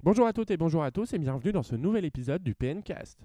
Bonjour à toutes et bonjour à tous et bienvenue dans ce nouvel épisode du PNcast.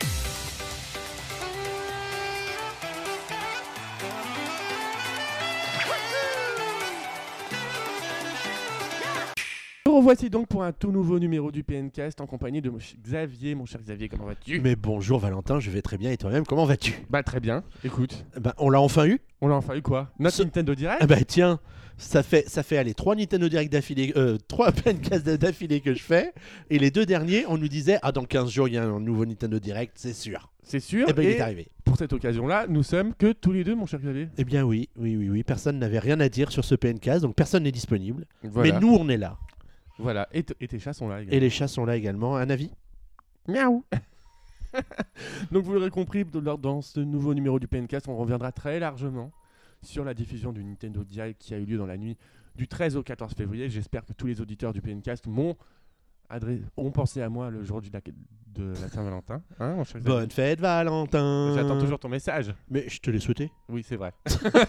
Nous revoici donc pour un tout nouveau numéro du PNcast en compagnie de Xavier. Mon cher Xavier, comment vas-tu ? Mais bonjour Valentin, je vais très bien et toi-même, comment vas-tu ? Bah très bien, écoute, On l'a enfin eu ? on l'a enfin eu quoi ? Notre Nintendo Direct ? Tiens, ça fait aller 3 Nintendo Direct d'affilée, 3 PNcast d'affilée que je fais, et les 2 derniers, on nous disait « Ah, dans 15 jours, il y a un nouveau Nintendo Direct, c'est sûr. C'est » sûr. Et il est arrivé. Pour cette occasion-là, nous sommes que tous les deux, mon cher Xavier. Eh bien oui, personne n'avait rien à dire sur ce PNcast, donc personne n'est disponible. Voilà. Mais nous, on est là. Voilà, et tes chats sont là également. Et les chats sont là également. Un avis ? Miaou. Donc vous l'aurez compris, dans ce nouveau numéro du PNcast, on reviendra très largement sur la diffusion du Nintendo Direct qui a eu lieu dans la nuit du 13 au 14 février. J'espère que tous les auditeurs du PNcast ont pensé à moi le jour de la Saint-Valentin. Hein, mon cher Xavier ? Bonne fête Valentin. J'attends toujours ton message. Mais je te l'ai souhaité. Oui, c'est vrai.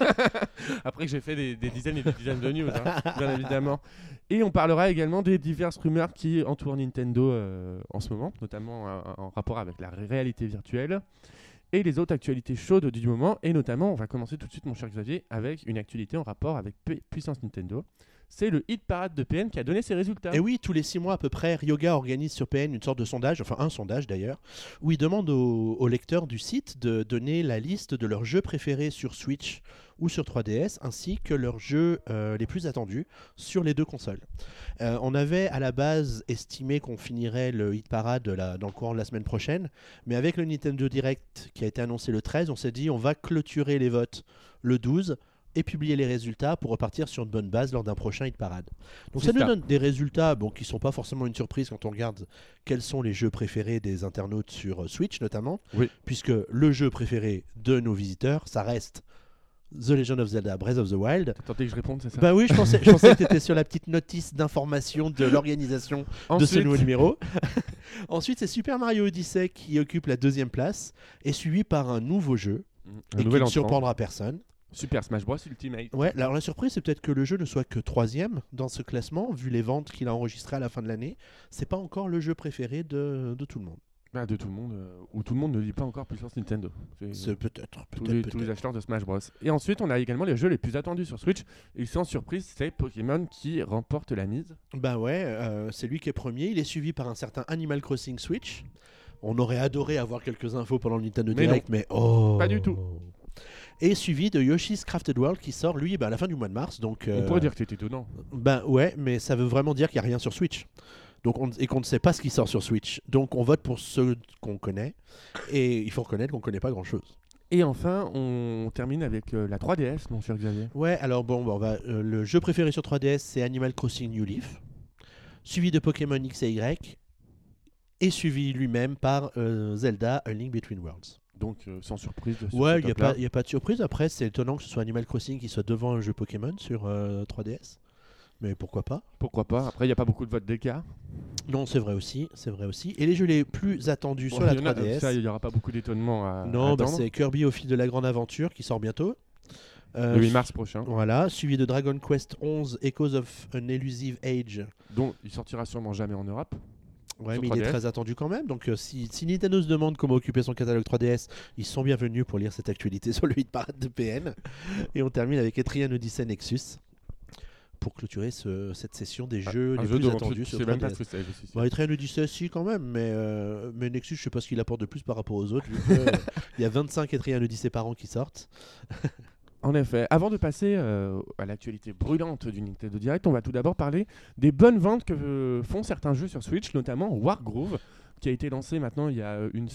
Après que j'ai fait des dizaines et des dizaines de news, hein, bien évidemment. Et on parlera également des diverses rumeurs qui entourent Nintendo en ce moment, notamment en rapport avec la réalité virtuelle et les autres actualités chaudes du moment. Et notamment, on va commencer tout de suite, mon cher Xavier, avec une actualité en rapport avec Puissance Nintendo. C'est le Hit Parade de PN qui a donné ses résultats. Et oui, tous les 6 mois à peu près, Ryoga organise sur PN une sorte de sondage, enfin un sondage d'ailleurs, où il demande aux lecteurs du site de donner la liste de leurs jeux préférés sur Switch ou sur 3DS, ainsi que leurs jeux les plus attendus sur les 2 consoles. On avait à la base estimé qu'on finirait le Hit Parade dans le courant de la semaine prochaine, mais avec le Nintendo Direct qui a été annoncé le 13, on s'est dit on va clôturer les votes le 12, et publier les résultats pour repartir sur une bonne base lors d'un prochain Hit Parade. Donc ça nous donne des résultats qui ne sont pas forcément une surprise quand on regarde quels sont les jeux préférés des internautes sur Switch notamment, puisque le jeu préféré de nos visiteurs, ça reste The Legend of Zelda Breath of the Wild. T'attendais que je réponde, c'est ça ? Bah oui, je pensais que tu étais sur la petite notice d'information de l'organisation de ce nouveau numéro. Ensuite, c'est Super Mario Odyssey qui occupe la 2e place, et suivi par un nouveau jeu, et qui ne surprendra personne. Super Smash Bros Ultimate. Ouais, alors la surprise, c'est peut-être que le jeu ne soit que 3e dans ce classement, vu les ventes qu'il a enregistrées à la fin de l'année. C'est pas encore le jeu préféré de tout le monde. Bah, de tout le monde, ou tout le monde ne lit pas encore Puissance Nintendo. C'est peut-être. Tous les acheteurs de Smash Bros. Et ensuite, on a également les jeux les plus attendus sur Switch. Et sans surprise, c'est Pokémon qui remporte la mise. Bah ouais, c'est lui qui est premier. Il est suivi par un certain Animal Crossing Switch. On aurait adoré avoir quelques infos pendant le Nintendo Direct, mais pas du tout. Et suivi de Yoshi's Crafted World qui sort lui à la fin du mois de mars. Donc, on pourrait dire que t'es étonnant. Ben ouais, mais ça veut vraiment dire qu'il n'y a rien sur Switch. Donc et qu'on ne sait pas ce qui sort sur Switch. Donc on vote pour ceux qu'on connaît. Et il faut reconnaître qu'on ne connaît pas grand-chose. Et enfin, on termine avec la 3DS, mon cher Xavier. Ouais, alors le jeu préféré sur 3DS, c'est Animal Crossing New Leaf. Suivi de Pokémon X et Y. Et suivi lui-même par Zelda A Link Between Worlds. Donc sans surprise. Ouais, il n'y a pas de surprise. Après, c'est étonnant que ce soit Animal Crossing qui soit devant un jeu Pokémon sur 3DS. Mais pourquoi pas ? Pourquoi pas ? Après, il n'y a pas beaucoup de votes d'écart. Non, c'est vrai aussi. Et les jeux les plus attendus sur la 3DS... Il n'y aura pas beaucoup d'étonnement à Non, attendre. C'est Kirby au fil de la grande aventure qui sort bientôt. Le 8 mars prochain. Voilà, suivi de Dragon Quest 11 Echoes of an Elusive Age. Dont il sortira sûrement jamais en Europe. Ouais, mais il est très attendu quand même. Donc si Nintendo se demande comment occuper son catalogue 3DS, ils sont bienvenus pour lire cette actualité sur le Hit Parade de PN. Et on termine avec Etrian Odyssey Nexus pour clôturer cette session des jeux les plus attendus sur 3DS. Même pas ce que c'est, Etrian Odyssey, si quand même, mais Nexus, je sais pas ce qu'il apporte de plus par rapport aux autres. Il y a 25 Etrian Odyssey par an qui sortent. En effet, avant de passer à l'actualité brûlante du Nintendo Direct, on va tout d'abord parler des bonnes ventes que font certains jeux sur Switch, notamment Wargroove, qui a été lancé maintenant il y a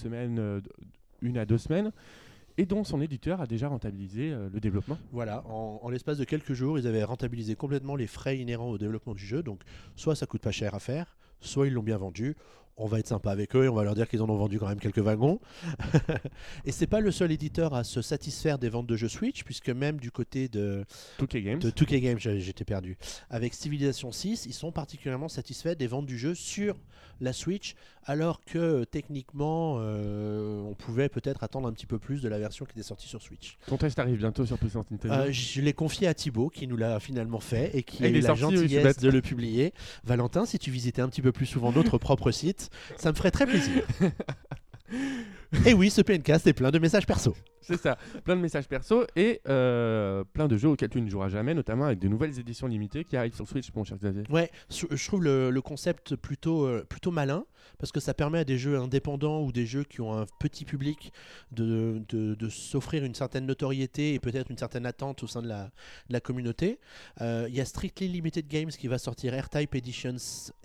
une à deux semaines, et dont son éditeur a déjà rentabilisé le développement. Voilà, en l'espace de quelques jours, ils avaient rentabilisé complètement les frais inhérents au développement du jeu, donc soit ça coûte pas cher à faire, soit ils l'ont bien vendu. on va être sympa avec eux et on va leur dire qu'ils en ont vendu quand même quelques wagons. Et c'est pas le seul éditeur à se satisfaire des ventes de jeux Switch, puisque même du côté de 2K Games. 2K Games, j'étais perdu. Avec Civilization 6, ils sont particulièrement satisfaits des ventes du jeu sur la Switch, alors que techniquement, on pouvait peut-être attendre un petit peu plus de la version qui était sortie sur Switch. Ton test arrive bientôt sur puissance Nintendo. Je l'ai confié à Thibaut, qui nous l'a finalement fait et qui a il eu est la sorti, oui, gentillesse c'est bête. de le publier. Valentin, si tu visitais un petit peu plus souvent notre propre site, ça me ferait très plaisir. Et oui, ce PNcast est plein de messages perso. C'est ça, plein de messages perso et plein de jeux auxquels tu ne joueras jamais, notamment avec de nouvelles éditions limitées qui arrivent sur Switch, mon cher Xavier. Ouais, je trouve le concept plutôt malin, parce que ça permet à des jeux indépendants ou des jeux qui ont un petit public de s'offrir une certaine notoriété et peut-être une certaine attente au sein de la communauté. Il y a Strictly Limited Games qui va sortir R-Type Editions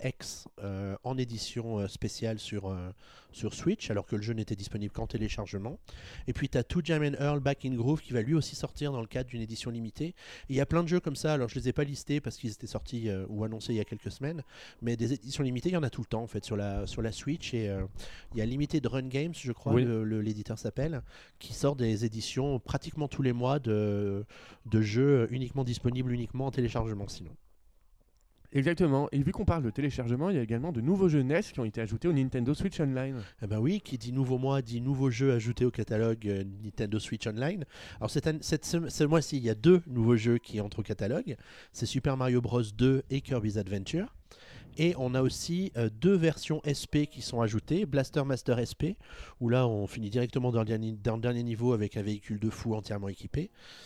X en édition spéciale sur Switch, alors que le jeu n'était disponible qu'en téléchargement. Et puis tu as To Jam and Earl Back in Groove qui va lui aussi sortir dans le cadre d'une édition limitée. Et il y a plein de jeux comme ça, alors je les ai pas listés parce qu'ils étaient sortis ou annoncés il y a quelques semaines, mais des éditions limitées, il y en a tout le temps en fait sur la Switch. Et il y a Limited Run Games, je crois, Oui. l'éditeur s'appelle, qui sort des éditions pratiquement tous les mois de jeux uniquement disponibles uniquement en téléchargement sinon. Exactement, et vu qu'on parle de téléchargement, il y a également de nouveaux jeux NES qui ont été ajoutés au Nintendo Switch Online. Eh ben oui, qui dit nouveau mois, dit nouveaux jeux ajoutés au catalogue Nintendo Switch Online. Alors ce mois-ci, il y a 2 nouveaux jeux qui entrent au catalogue. C'est Super Mario Bros 2 et Kirby's Adventure. Et on a aussi 2 versions SP qui sont ajoutées, Blaster Master SP, où là on finit directement dans le dernier niveau avec un véhicule de fou entièrement équipé.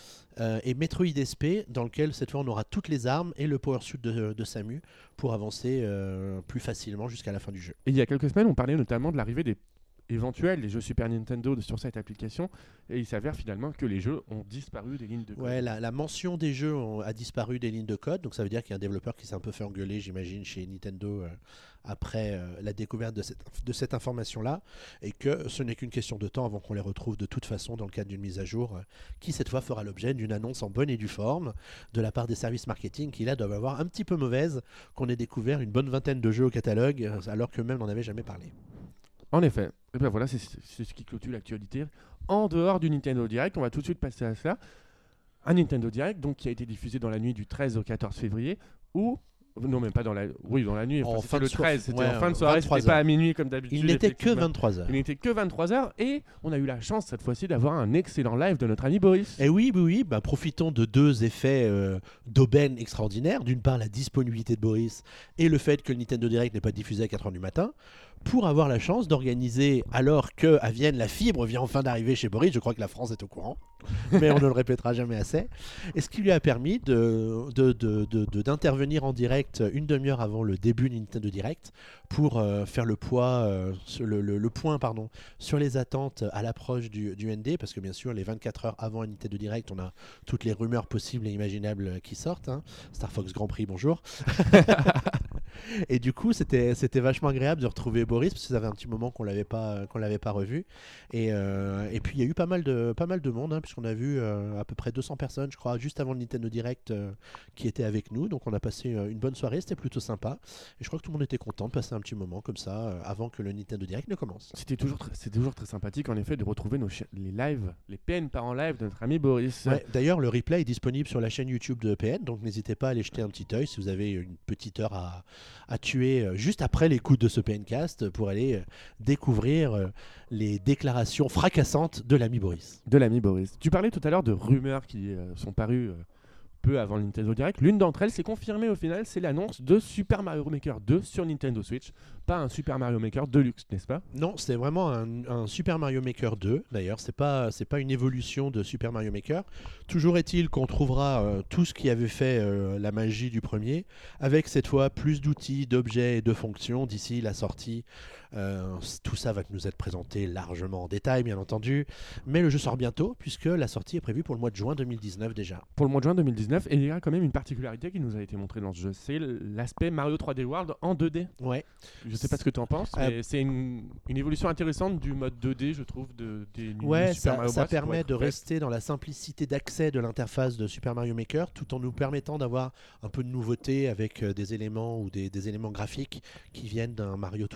Et Metroid SP, dans lequel cette fois on aura toutes les armes et le power suit de Samus pour avancer plus facilement jusqu'à la fin du jeu. Et il y a quelques semaines, on parlait notamment de l'arrivée des Jeux Super Nintendo sur cette application, et il s'avère finalement que les jeux ont disparu des lignes de code. Ouais, la mention des jeux a disparu des lignes de code, donc ça veut dire qu'il y a un développeur qui s'est un peu fait engueuler, j'imagine, chez Nintendo après la découverte de cette information-là, et que ce n'est qu'une question de temps avant qu'on les retrouve de toute façon dans le cadre d'une mise à jour qui cette fois fera l'objet d'une annonce en bonne et due forme de la part des services marketing qui là doivent avoir un petit peu mauvaise qu'on ait découvert une bonne vingtaine de jeux au catalogue alors qu'eux-mêmes n'en avaient jamais parlé. En effet, et ben voilà, c'est ce qui clôture l'actualité. En dehors du Nintendo Direct, on va tout de suite passer à cela. Un Nintendo Direct donc, qui a été diffusé dans la nuit du 13 au 14 février, où... Non, même pas dans la... Oui, dans la nuit, En c'était fin le de soirée. 13, c'était Ouais, en fin de soirée, 23 c'était pas heures. à minuit comme d'habitude. Il n'était que effectivement. 23h. Il n'était que 23h, et on a eu la chance cette fois-ci d'avoir un excellent live de notre ami Boris. Et oui, bah, profitons de 2 effets d'aubaine extraordinaires. D'une part, la disponibilité de Boris et le fait que le Nintendo Direct n'est pas diffusé à 4h du matin, pour avoir la chance d'organiser, alors qu'à Vienne, la fibre vient enfin d'arriver chez Boris. Je crois que la France est au courant, mais on ne le répétera jamais assez. Et ce qui lui a permis d'intervenir en direct une demi-heure avant le début du Nintendo Direct pour faire le point sur les attentes à l'approche du ND, parce que bien sûr, les 24 heures avant un Nintendo Direct, on a toutes les rumeurs possibles et imaginables qui sortent. Hein. Star Fox Grand Prix, bonjour. Et du coup, c'était vachement agréable de retrouver Boris, parce que ça fait un petit moment qu'on l'avait pas revu. Et puis il y a eu pas mal de monde, hein, puisqu'on a vu à peu près 200 personnes, je crois, juste avant le Nintendo Direct qui étaient avec nous. Donc on a passé une bonne soirée, c'était plutôt sympa. Et je crois que tout le monde était content de passer un petit moment comme ça avant que le Nintendo Direct ne commence. C'est toujours très sympathique en effet de retrouver les lives, les PN par en live de notre ami Boris. Ouais, d'ailleurs, le replay est disponible sur la chaîne YouTube de PN, donc n'hésitez pas à aller jeter un petit œil si vous avez une petite heure à tuer juste après l'écoute de ce PNcast pour aller découvrir les déclarations fracassantes de l'ami Boris. De l'ami Boris. Tu parlais tout à l'heure de rumeurs qui sont parues peu avant le Nintendo Direct. L'une d'entre elles s'est confirmée au final, c'est l'annonce de Super Mario Maker 2 sur Nintendo Switch. Pas un Super Mario Maker Deluxe, n'est-ce pas ? Non, c'est vraiment un Super Mario Maker 2. D'ailleurs, c'est pas une évolution de Super Mario Maker. Toujours est-il qu'on trouvera tout ce qui avait fait la magie du premier, avec cette fois plus d'outils, d'objets et de fonctions d'ici la sortie. Tout ça va nous être présenté largement en détail, bien entendu. Mais le jeu sort bientôt, puisque la sortie est prévue pour le mois de juin 2019 déjà. Pour le mois de juin 2019, et il y a quand même une particularité qui nous a été montrée dans ce jeu, c'est l'aspect Mario 3D World en 2D. Ouais. Je sais pas ce que tu en penses, mais c'est une évolution intéressante du mode 2D, je trouve, des Ouais, Super Mario Bros. Ça permet de rester dans la simplicité d'accès de l'interface de Super Mario Maker, tout en nous permettant d'avoir un peu de nouveauté avec des éléments ou des éléments graphiques qui viennent d'un Mario tout récent.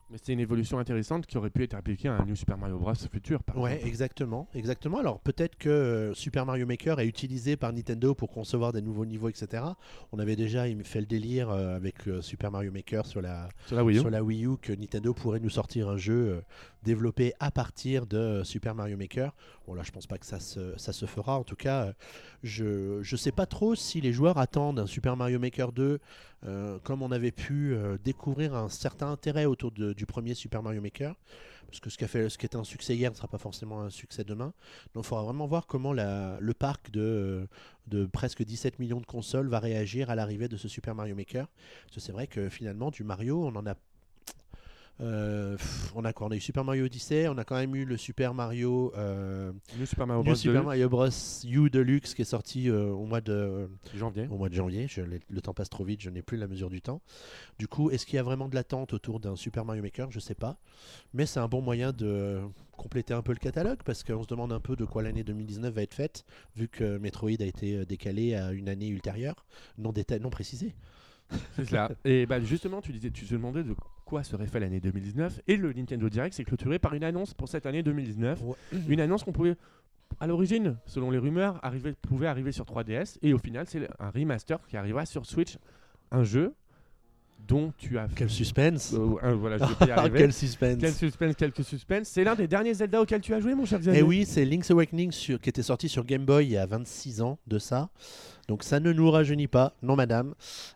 Mais c'est une évolution intéressante qui aurait pu être appliquée à un New Super Mario Bros. Futur, par Ouais, exemple. exactement. Alors peut-être que Super Mario Maker est utilisé par Nintendo pour concevoir des nouveaux niveaux, etc. On avait déjà fait le délire avec Super Mario Maker Sur la Wii U. sur la Wii U que Nintendo pourrait nous sortir un jeu développé à partir de Super Mario Maker. Bon là, je pense pas que ça se fera. En tout cas, je sais pas trop si les joueurs attendent un Super Mario Maker 2 comme on avait pu découvrir un certain intérêt autour du premier Super Mario Maker. Parce que ce qui était un succès hier ne sera pas forcément un succès demain. Donc il faudra vraiment voir comment le parc de presque 17 millions de consoles va réagir à l'arrivée de ce Super Mario Maker. Parce que c'est vrai que finalement, du Mario, on en a. On a quoi? On a eu Super Mario Odyssey, on a quand même eu le Super Mario, New Super Mario New Bros. Super 2, Mario Bros. U Deluxe qui est sorti janvier. au mois de janvier. Le temps passe trop vite, je n'ai plus la mesure du temps. Du coup, est-ce qu'il y a vraiment de l'attente autour d'un Super Mario Maker? Je sais pas. Mais c'est un bon moyen de compléter un peu le catalogue parce qu'on se demande un peu de quoi l'année 2019 va être faite, vu que Metroid a été décalé à une année ultérieure, non précisée. C'est cela. Et bah justement, tu te demandais de quoi serait fait l'année 2019 et le Nintendo Direct s'est clôturé par une annonce pour cette année 2019. Ouais. Une annonce qu'on pouvait, à l'origine, selon les rumeurs, pouvait arriver sur 3DS et au final, c'est un remaster qui arrivera sur Switch, un jeu dont tu as Quel suspense! voilà, je vais pas y arriver. Quel suspense! Quelques suspense. C'est l'un des derniers Zelda auxquels tu as joué, mon cher Xavier. Et oui, c'est Link's Awakening qui était sorti sur Game Boy il y a 26 ans de ça. Donc ça ne nous rajeunit pas, non madame.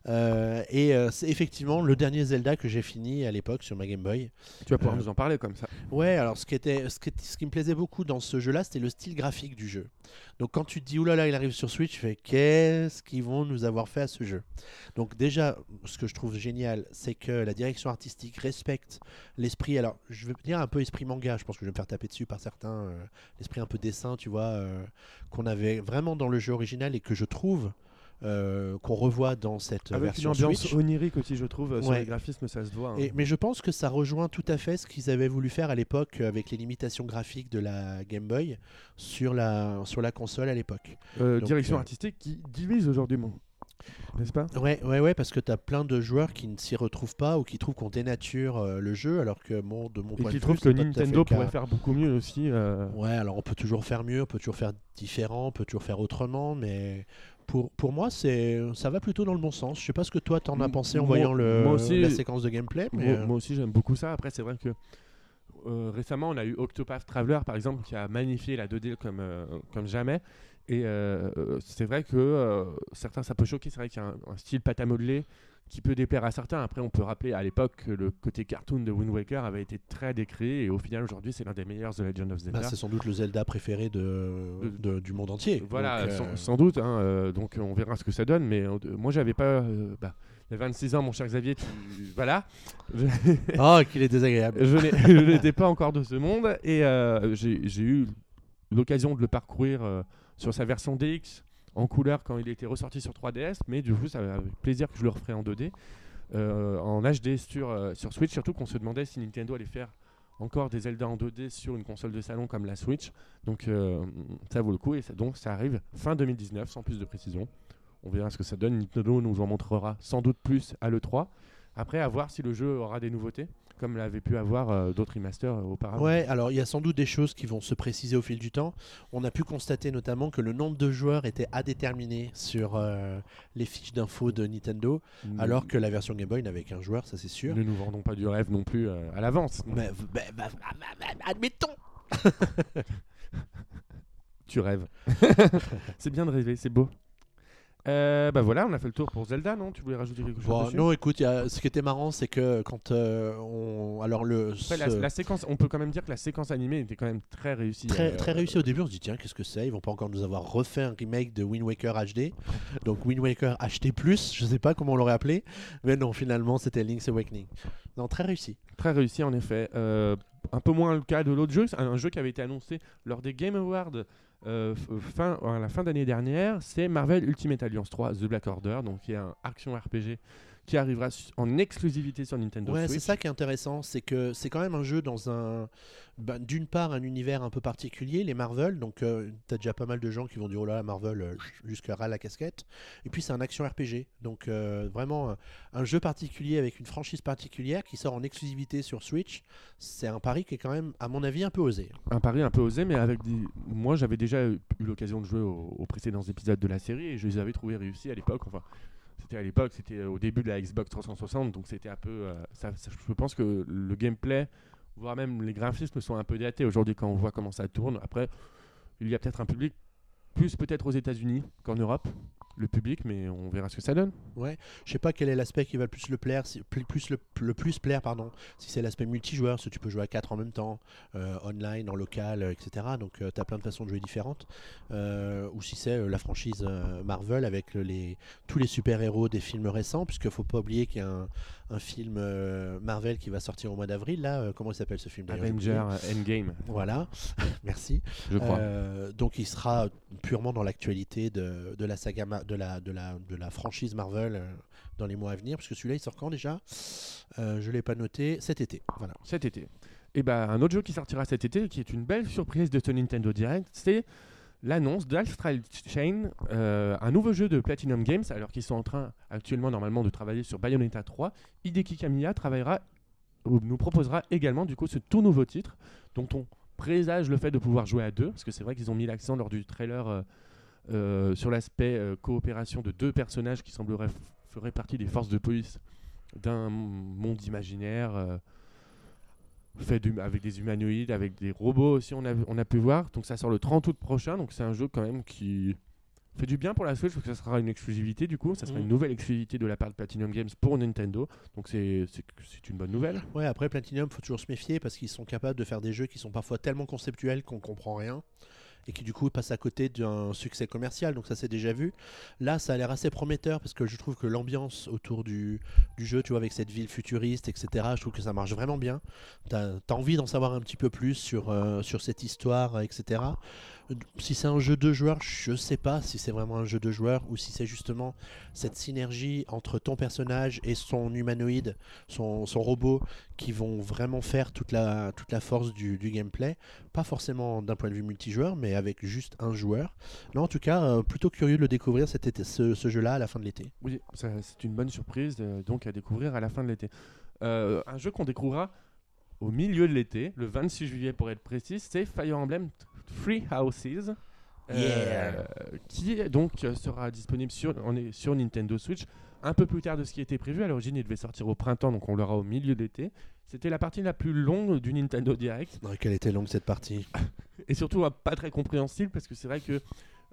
C'est effectivement le dernier Zelda que j'ai fini à l'époque sur ma Game Boy. Tu vas pouvoir nous en parler comme ça. Ouais, alors ce qui me plaisait beaucoup dans ce jeu-là, c'était le style graphique du jeu. Donc quand tu te dis, oulala, il arrive sur Switch, tu fais, qu'est-ce qu'ils vont nous avoir fait à ce jeu? Donc déjà, ce que je trouve génial, c'est que la direction artistique respecte l'esprit, alors je veux dire un peu esprit manga, je pense que je vais me faire taper dessus par certains, l'esprit un peu dessin, tu vois, qu'on avait vraiment dans le jeu original et que je trouve qu'on revoit dans cette Avec version une ambiance Switch. onirique aussi, je trouve, sur Ouais. les graphismes, ça se voit. Hein. Mais je pense que ça rejoint tout à fait ce qu'ils avaient voulu faire à l'époque avec les limitations graphiques de la Game Boy sur la console à l'époque. Donc, Direction artistique qui divise aujourd'hui, n'est-ce pas? Ouais, parce que tu as plein de joueurs qui ne s'y retrouvent pas ou qui trouvent qu'on dénature le jeu, alors que de mon Et point de qui vue, trouve que c'est pas tout à fait Nintendo le cas. pourrait faire beaucoup mieux aussi. Ouais, alors on peut toujours faire mieux, on peut toujours faire différent, on peut toujours faire autrement, mais pour moi, ça va plutôt dans le bon sens. Je sais pas ce que toi t'en as pensé en voyant moi aussi, la séquence de gameplay, mais moi aussi, j'aime beaucoup ça. Après, c'est vrai que récemment, on a eu Octopath Traveler, par exemple, qui a magnifié la 2D comme jamais. Et c'est vrai que certains, ça peut choquer. C'est vrai qu'il y a un style pâte à modeler qui peut déplaire à certains. Après, on peut rappeler à l'époque que le côté cartoon de Wind Waker avait été très décrié. Et au final, aujourd'hui, c'est l'un des meilleurs The Legend of Zelda. c'est sans doute le Zelda préféré du monde entier. Voilà, Donc, sans doute. Hein, donc, on verra ce que ça donne. Mais moi, j'avais pas. Il y a 26 ans, mon cher Xavier. Voilà. Oh, qu'il est désagréable. Je n'étais pas encore de ce monde. Et j'ai eu l'occasion de le parcourir sur sa version DX en couleur quand il était ressorti sur 3DS. Mais du coup, ça avec plaisir que je le referai en 2D. En HD sur Switch. Surtout qu'on se demandait si Nintendo allait faire encore des Zelda en 2D sur une console de salon comme la Switch. Donc ça vaut le coup. Et donc ça arrive fin 2019, sans plus de précision. On verra ce que ça donne. Nintendo nous en montrera sans doute plus à l'E3. Après, à voir si le jeu aura des nouveautés, comme l'avait pu avoir d'autres remasters auparavant. Ouais, alors il y a sans doute des choses qui vont se préciser au fil du temps. On a pu constater notamment que le nombre de joueurs était à déterminer sur les fiches d'infos de Nintendo, alors que la version Game Boy n'avait qu'un joueur, ça c'est sûr. Ne nous vendons pas du rêve non plus à l'avance. Mais admettons. Tu rêves. C'est bien de rêver, c'est beau. Bah voilà, on a fait le tour pour Zelda, non? Tu voulais rajouter quelque chose dessus? Non, écoute, ce qui était marrant, c'est que quand alors Après, la séquence, on peut quand même dire que la séquence animée était quand même très réussie. très réussi au début, on se dit tiens, qu'est-ce que c'est? Ils vont pas encore nous avoir refait un remake de Wind Waker HD, donc Wind Waker HD+, je sais pas comment on l'aurait appelé, mais non, finalement c'était Link's Awakening. Non, très réussi. Très réussi en effet. Un peu moins le cas de l'autre jeu, c'est un jeu qui avait été annoncé lors des Game Awards à la fin d'année dernière, c'est Marvel Ultimate Alliance 3 The Black Order, donc qui est un action RPG qui arrivera en exclusivité sur Nintendo Ouais, Switch. c'est ça qui est intéressant, c'est que c'est quand même un jeu dans d'une part un univers un peu particulier, les Marvel, donc t'as déjà pas mal de gens qui vont dire oh là Marvel jusqu'à ras la casquette, et puis c'est un action RPG, donc vraiment un jeu particulier avec une franchise particulière qui sort en exclusivité sur Switch, c'est un pari qui est quand même à mon avis un peu osé. Un pari un peu osé, mais moi j'avais déjà eu l'occasion de jouer aux précédents épisodes de la série et je les avais trouvés réussis à l'époque. Enfin, c'était au début de la Xbox 360, donc c'était un peu. Je pense que le gameplay, voire même les graphismes sont un peu datés aujourd'hui quand on voit comment ça tourne. Après, il y a peut-être un public plus peut-être aux États-Unis qu'en Europe, le public, mais on verra ce que ça donne. Ouais, je sais pas quel est l'aspect qui va le plus le plaire, le plus plaire, pardon. Si c'est l'aspect multijoueur, si tu peux jouer à 4 en même temps, online, en local, etc. Donc tu as plein de façons de jouer différentes. Ou si c'est la franchise Marvel avec tous les super-héros des films récents, puisqu'il faut pas oublier qu'il y a un film Marvel qui va sortir au mois d'avril. Là, comment il s'appelle ce film d'ailleurs? Avenger Endgame. Voilà, merci. Je crois. Donc il sera purement dans l'actualité de la saga de la franchise Marvel dans les mois à venir, parce que celui-là il sort quand déjà? Je l'ai pas noté, cet été. Voilà. Cet été. Et un autre jeu qui sortira cet été, qui est une belle surprise de ce Nintendo Direct, c'est l'annonce d'Astral Chain, un nouveau jeu de Platinum Games, alors qu'ils sont en train actuellement normalement de travailler sur Bayonetta 3. Hideki Kamiya nous proposera également du coup ce tout nouveau titre, dont on présage le fait de pouvoir jouer à deux, parce que c'est vrai qu'ils ont mis l'accent lors du trailer sur l'aspect coopération de deux personnages qui feraient partie des forces de police d'un monde imaginaire avec des humanoïdes, avec des robots aussi, on a pu voir. Donc ça sort le 30 août prochain, donc c'est un jeu quand même qui fait du bien pour la Switch, parce que ça sera une exclusivité du coup, ça sera une nouvelle exclusivité de la part de Platinum Games pour Nintendo, donc c'est une bonne nouvelle. Ouais, après Platinum, faut toujours se méfier parce qu'ils sont capables de faire des jeux qui sont parfois tellement conceptuels qu'on comprend rien et qui du coup passent à côté d'un succès commercial, donc ça c'est déjà vu. Là ça a l'air assez prometteur parce que je trouve que l'ambiance autour du jeu, tu vois, avec cette ville futuriste, etc., je trouve que ça marche vraiment bien. T'as envie d'en savoir un petit peu plus sur cette histoire, etc. Si c'est un jeu de joueurs, je sais pas si c'est vraiment un jeu de joueurs ou si c'est justement cette synergie entre ton personnage et son humanoïde, son robot, qui vont vraiment faire toute la force du gameplay. Pas forcément d'un point de vue multijoueur, mais avec juste un joueur. Non, en tout cas, plutôt curieux de le découvrir ce jeu-là à la fin de l'été. Oui, c'est une bonne surprise donc à découvrir à la fin de l'été. Un jeu qu'on découvrira au milieu de l'été, le 26 juillet pour être précis, c'est Fire Emblem Three Houses, qui donc sera disponible sur Nintendo Switch un peu plus tard de ce qui était prévu. À l'origine, il devait sortir au printemps, donc on l'aura au milieu de l'été. C'était la partie la plus longue du Nintendo Direct. Ouais, quelle était longue cette partie. Et surtout pas très compréhensible, parce que c'est vrai que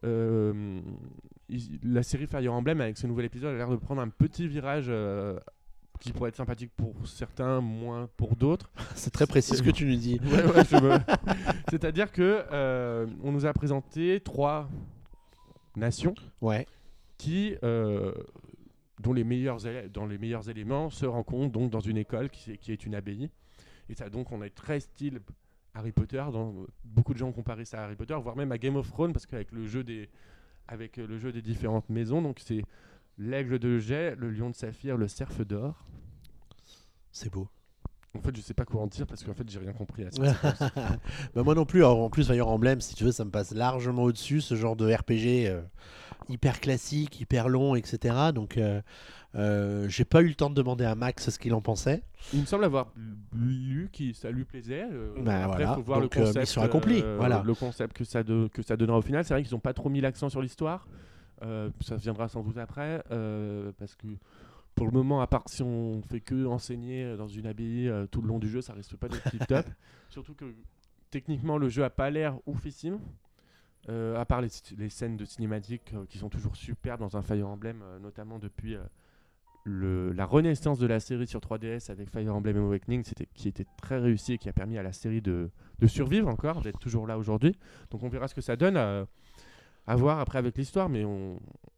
la série Fire Emblem, avec ce nouvel épisode, a l'air de prendre un petit virage qui pourrait être sympathique pour certains, moins pour d'autres. C'est très précis ce que tu nous dis. C'est-à-dire que on nous a présenté 3 nations qui, dont les meilleurs éléments se rencontrent donc dans une école qui est une abbaye. Et ça, donc, on est très style Harry Potter. Beaucoup de gens ont comparé ça à Harry Potter, voire même à Game of Thrones, parce qu'avec le jeu des différentes maisons, donc c'est l'aigle de jet, le lion de saphir, le cerf d'or. C'est beau. En fait, je sais pas quoi en dire parce qu'en fait, j'ai rien compris à ça. Bah moi non plus. Alors, en plus, Fire Emblem, si tu veux, ça me passe largement au-dessus, ce genre de RPG hyper classique, hyper long, etc. Donc, j'ai pas eu le temps de demander à Max ce qu'il en pensait. Il me semble avoir lu que ça lui plaisait. Après, il faut voir donc, le concept, mission accomplie. Voilà. Le concept que ça donnera au final. C'est vrai qu'ils n'ont pas trop mis l'accent sur l'histoire. Ça viendra sans doute après, parce que pour le moment, à part si on fait que enseigner dans une abbaye tout le long du jeu, ça reste pas des petits top. Surtout que techniquement, le jeu a pas l'air oufissime. À part les scènes de cinématiques qui sont toujours super dans un Fire Emblem, notamment depuis la renaissance de la série sur 3DS avec Fire Emblem Awakening, qui était très réussi et qui a permis à la série de survivre encore, d'être toujours là aujourd'hui. Donc on verra ce que ça donne à voir après avec l'histoire, mais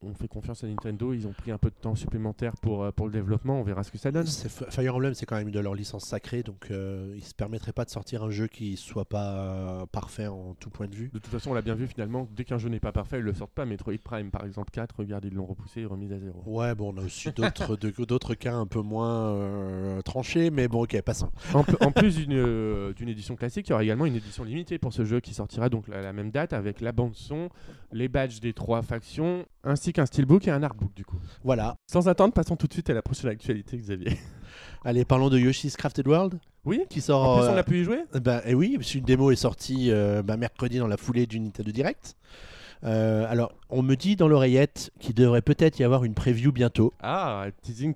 on fait confiance à Nintendo. Ils ont pris un peu de temps supplémentaire pour le développement. On verra ce que ça donne. Fire Emblem, c'est quand même de leur licence sacrée, donc ils se permettraient pas de sortir un jeu qui soit pas parfait en tout point de vue. De toute façon, on l'a bien vu finalement. Dès qu'un jeu n'est pas parfait, ils le sortent pas. Metroid Prime, par exemple, 4, regarde, ils l'ont repoussé et remis à 0. Ouais, bon, on a aussi d'autres cas un peu moins tranchés, mais bon, ok, passons. En plus d'une édition classique, il y aura également une édition limitée pour ce jeu qui sortira donc à la même date avec la bande son, les badges des 3 factions, ainsi qu'un steelbook et un artbook du coup. Voilà. Sans attendre, passons tout de suite à la prochaine actualité, Xavier. Allez, parlons de Yoshi's Crafted World. Oui, qui sort. En plus, on a pu y jouer. Et oui, parce qu'une démo est sortie mercredi dans la foulée du Nintendo Direct. Alors, on me dit dans l'oreillette qu'il devrait peut-être y avoir une preview bientôt. Ah, teasing.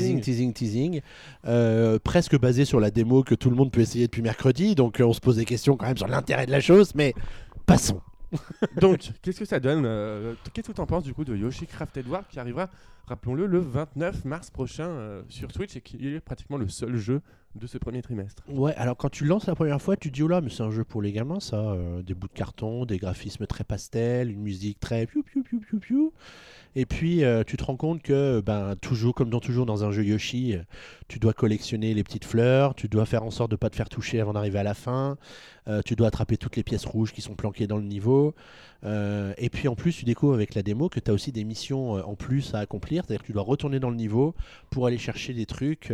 Presque basé sur la démo que tout le monde peut essayer depuis mercredi. Donc, on se pose des questions quand même sur l'intérêt de la chose, mais passons. Donc, qu'est-ce que ça donne Qu'est-ce que tu en penses du coup de Yoshi Crafted World qui arrivera, rappelons-le, le 29 mars prochain sur Switch et qui est pratiquement le seul jeu de ce premier trimestre. Ouais, alors quand tu lances la première fois, tu te dis oh là, mais c'est un jeu pour les gamins, ça. Des bouts de carton, des graphismes très pastel, une musique très piou piou piou piou piou. Et puis tu te rends compte que toujours comme toujours dans un jeu Yoshi, tu dois collectionner les petites fleurs, tu dois faire en sorte de pas te faire toucher avant d'arriver à la fin, tu dois attraper toutes les pièces rouges qui sont planquées dans le niveau. Et puis en plus, tu découvres avec la démo que tu as aussi des missions en plus à accomplir, c'est-à-dire que tu dois retourner dans le niveau pour aller chercher des trucs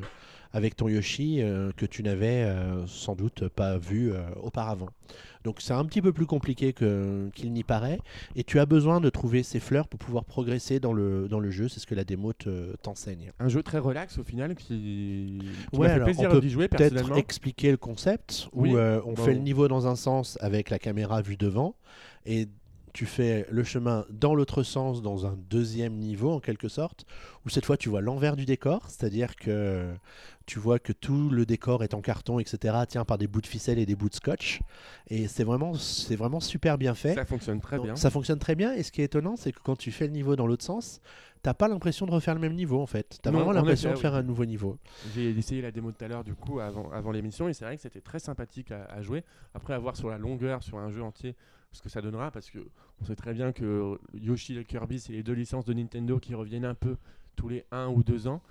avec ton Yoshi que tu n'avais sans doute pas vu auparavant. Donc c'est un petit peu plus compliqué qu'il n'y paraît, et tu as besoin de trouver ces fleurs pour pouvoir progresser dans le jeu, c'est ce que la démo t'enseigne. Un jeu très relax au final qui ouais, m'a fait plaisir d'y jouer personnellement. Peut-être expliquer le concept, où on fait le niveau dans un sens avec la caméra vue devant, et tu fais le chemin dans l'autre sens dans un deuxième niveau en quelque sorte, où cette fois tu vois l'envers du décor, c'est-à-dire que tu vois que tout le décor est en carton, etc., tient par des bouts de ficelle et des bouts de scotch, et c'est vraiment super bien fait. Ça fonctionne très bien. Ça fonctionne très bien, et ce qui est étonnant, c'est que quand tu fais le niveau dans l'autre sens, t'as pas l'impression de refaire le même niveau en fait. T'as vraiment l'impression de faire un nouveau niveau. J'ai essayé la démo tout à l'heure du coup avant l'émission, et c'est vrai que c'était très sympathique à jouer. Après, à voir sur la longueur, sur un jeu entier, ce que ça donnera, parce qu'on sait très bien que Yoshi et Kirby, c'est les deux licences de Nintendo qui reviennent un peu tous les 1 ou 2 ans.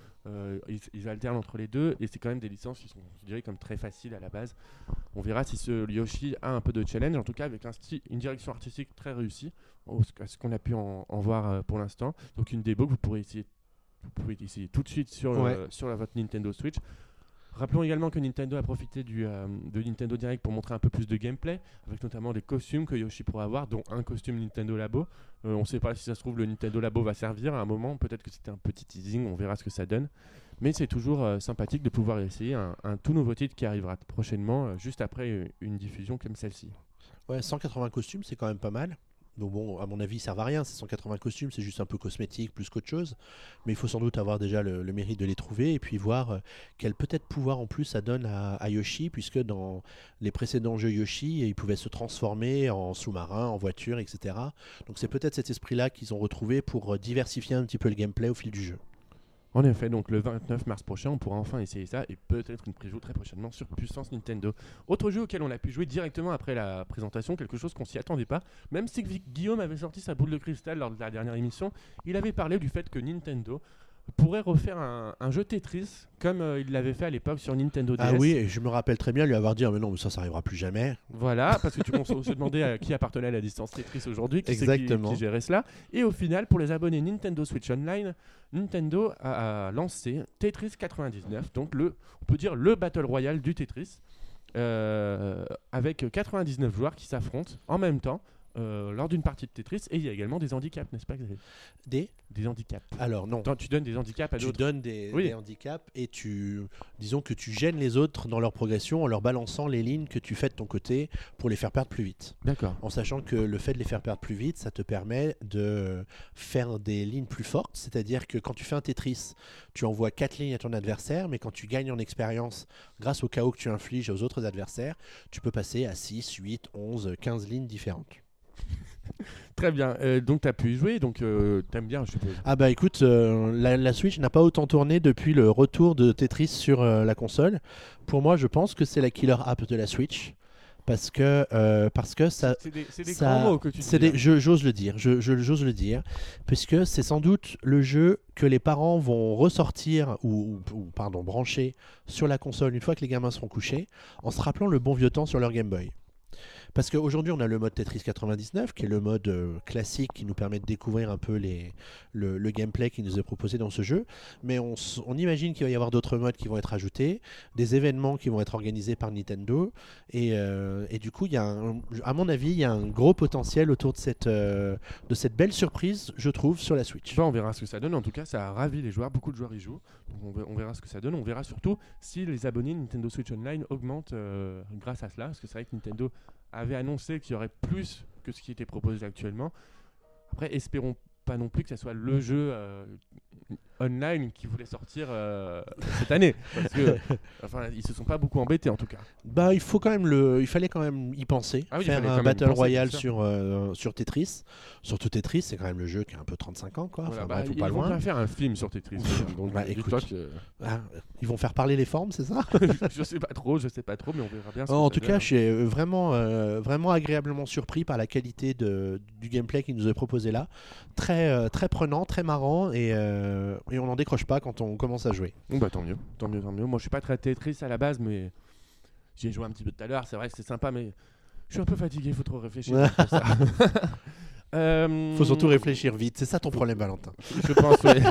Ils alternent entre les deux, et c'est quand même des licences qui sont, je dirais, comme très faciles à la base. On verra si ce Yoshi a un peu de challenge, en tout cas avec une direction artistique très réussie, à ce qu'on a pu en voir pour l'instant. Donc une démo que vous pouvez essayer tout de suite sur votre Nintendo Switch. Rappelons également que Nintendo a profité de Nintendo Direct pour montrer un peu plus de gameplay, avec notamment des costumes que Yoshi pourra avoir, dont un costume Nintendo Labo. On ne sait pas si ça se trouve le Nintendo Labo va servir à un moment, peut-être que c'était un petit teasing, on verra ce que ça donne. Mais c'est toujours sympathique de pouvoir essayer un tout nouveau titre qui arrivera prochainement, juste après une diffusion comme celle-ci. Ouais, 180 costumes, c'est quand même pas mal. Donc bon, à mon avis, ils servent à rien, ces 180 costumes, c'est juste un peu cosmétique plus qu'autre chose. Mais il faut sans doute avoir déjà le mérite de les trouver, et puis voir quel peut-être pouvoir en plus ça donne à Yoshi, puisque dans les précédents jeux Yoshi, il pouvait se transformer en sous-marin, en voiture, etc. Donc c'est peut-être cet esprit-là qu'ils ont retrouvé pour diversifier un petit peu le gameplay au fil du jeu. En effet, donc le 29 mars prochain, on pourra enfin essayer ça, et peut-être une preview très prochainement sur Puissance Nintendo. Autre jeu auquel on a pu jouer directement après la présentation, quelque chose qu'on s'y attendait pas, même si Guillaume avait sorti sa boule de cristal lors de la dernière émission, il avait parlé du fait que Nintendo pourrait refaire un jeu Tetris comme il l'avait fait à l'époque sur Nintendo DS. Ah oui, et je me rappelle très bien lui avoir dit mais non, mais ça arrivera plus jamais. Voilà, parce que on se demandait à qui appartenait à la licence Tetris aujourd'hui, qui gérait cela. Et au final, pour les abonnés Nintendo Switch Online, Nintendo a lancé Tetris 99, donc on peut dire le Battle Royale du Tetris, avec 99 joueurs qui s'affrontent en même temps lors d'une partie de Tetris, et il y a également des handicaps, n'est-ce pas, Xavier ? Des handicaps. Alors non. Tu donnes des handicaps à d'autres. Tu donnes des handicaps, et disons que tu gênes les autres dans leur progression en leur balançant les lignes que tu fais de ton côté pour les faire perdre plus vite. D'accord. En sachant que le fait de les faire perdre plus vite, ça te permet de faire des lignes plus fortes, c'est-à-dire que quand tu fais un Tetris, tu envoies 4 lignes à ton adversaire, mais quand tu gagnes en expérience grâce au chaos que tu infliges aux autres adversaires, tu peux passer à 6, 8, 11, 15 lignes différentes. Très bien, donc tu as pu y jouer, donc t'aimes bien, je suppose. Ah bah écoute, la Switch n'a pas autant tourné depuis le retour de Tetris sur la console. Pour moi, je pense que c'est la killer app de la Switch, parce que ça, C'est des ça- grands mots que tu dis. Là. j'ose le dire, j'ose le dire, puisque c'est sans doute le jeu que les parents vont ressortir pardon, brancher sur la console une fois que les gamins seront couchés, en se rappelant le bon vieux temps sur leur Game Boy. Parce qu'aujourd'hui, on a le mode Tetris 99, qui est le mode classique qui nous permet de découvrir un peu le gameplay qui nous est proposé dans ce jeu. Mais on imagine qu'il va y avoir d'autres modes qui vont être ajoutés, des événements qui vont être organisés par Nintendo. Et du coup, à mon avis, il y a un gros potentiel autour de cette belle surprise, je trouve, sur la Switch. Bon, on verra ce que ça donne. En tout cas, ça a ravi les joueurs. Beaucoup de joueurs y jouent. Donc on verra ce que ça donne. On verra surtout si les abonnés Nintendo Switch Online augmentent grâce à cela. Parce que c'est vrai que Nintendo avait annoncé qu'il y aurait plus que ce qui était proposé actuellement. Après, espérons pas non plus que ça soit le jeu online qui voulait sortir cette année. Parce que, ils se sont pas beaucoup embêtés en tout cas. Bah, il fallait quand même y penser, Ah oui, il faire fallait quand un même Battle penser, Royale bien sûr. sur Tetris. Surtout Tetris, c'est quand même le jeu qui a un peu 35 ans, quoi. Voilà, Enfin, bah, bref, ou ils pas vont loin. bien faire un film sur Tetris. Donc, Bah, dis-toi écoute. que... Ah, ils vont faire parler les formes, c'est ça? je sais pas trop, mais on verra bien. En tout cas, je suis vraiment agréablement surpris par la qualité du gameplay qui nous est proposé là. Très, très prenant, très marrant, et on n'en décroche pas quand on commence à jouer. Bon, bah tant mieux. Moi, je suis pas très Tetris à la base, mais j'y ai joué un petit peu tout à l'heure. C'est vrai que c'est sympa, mais je suis un peu fatigué. Il faut trop réfléchir. pour ça. Faut surtout réfléchir vite, c'est ça ton problème, Valentin. Je pense, oui.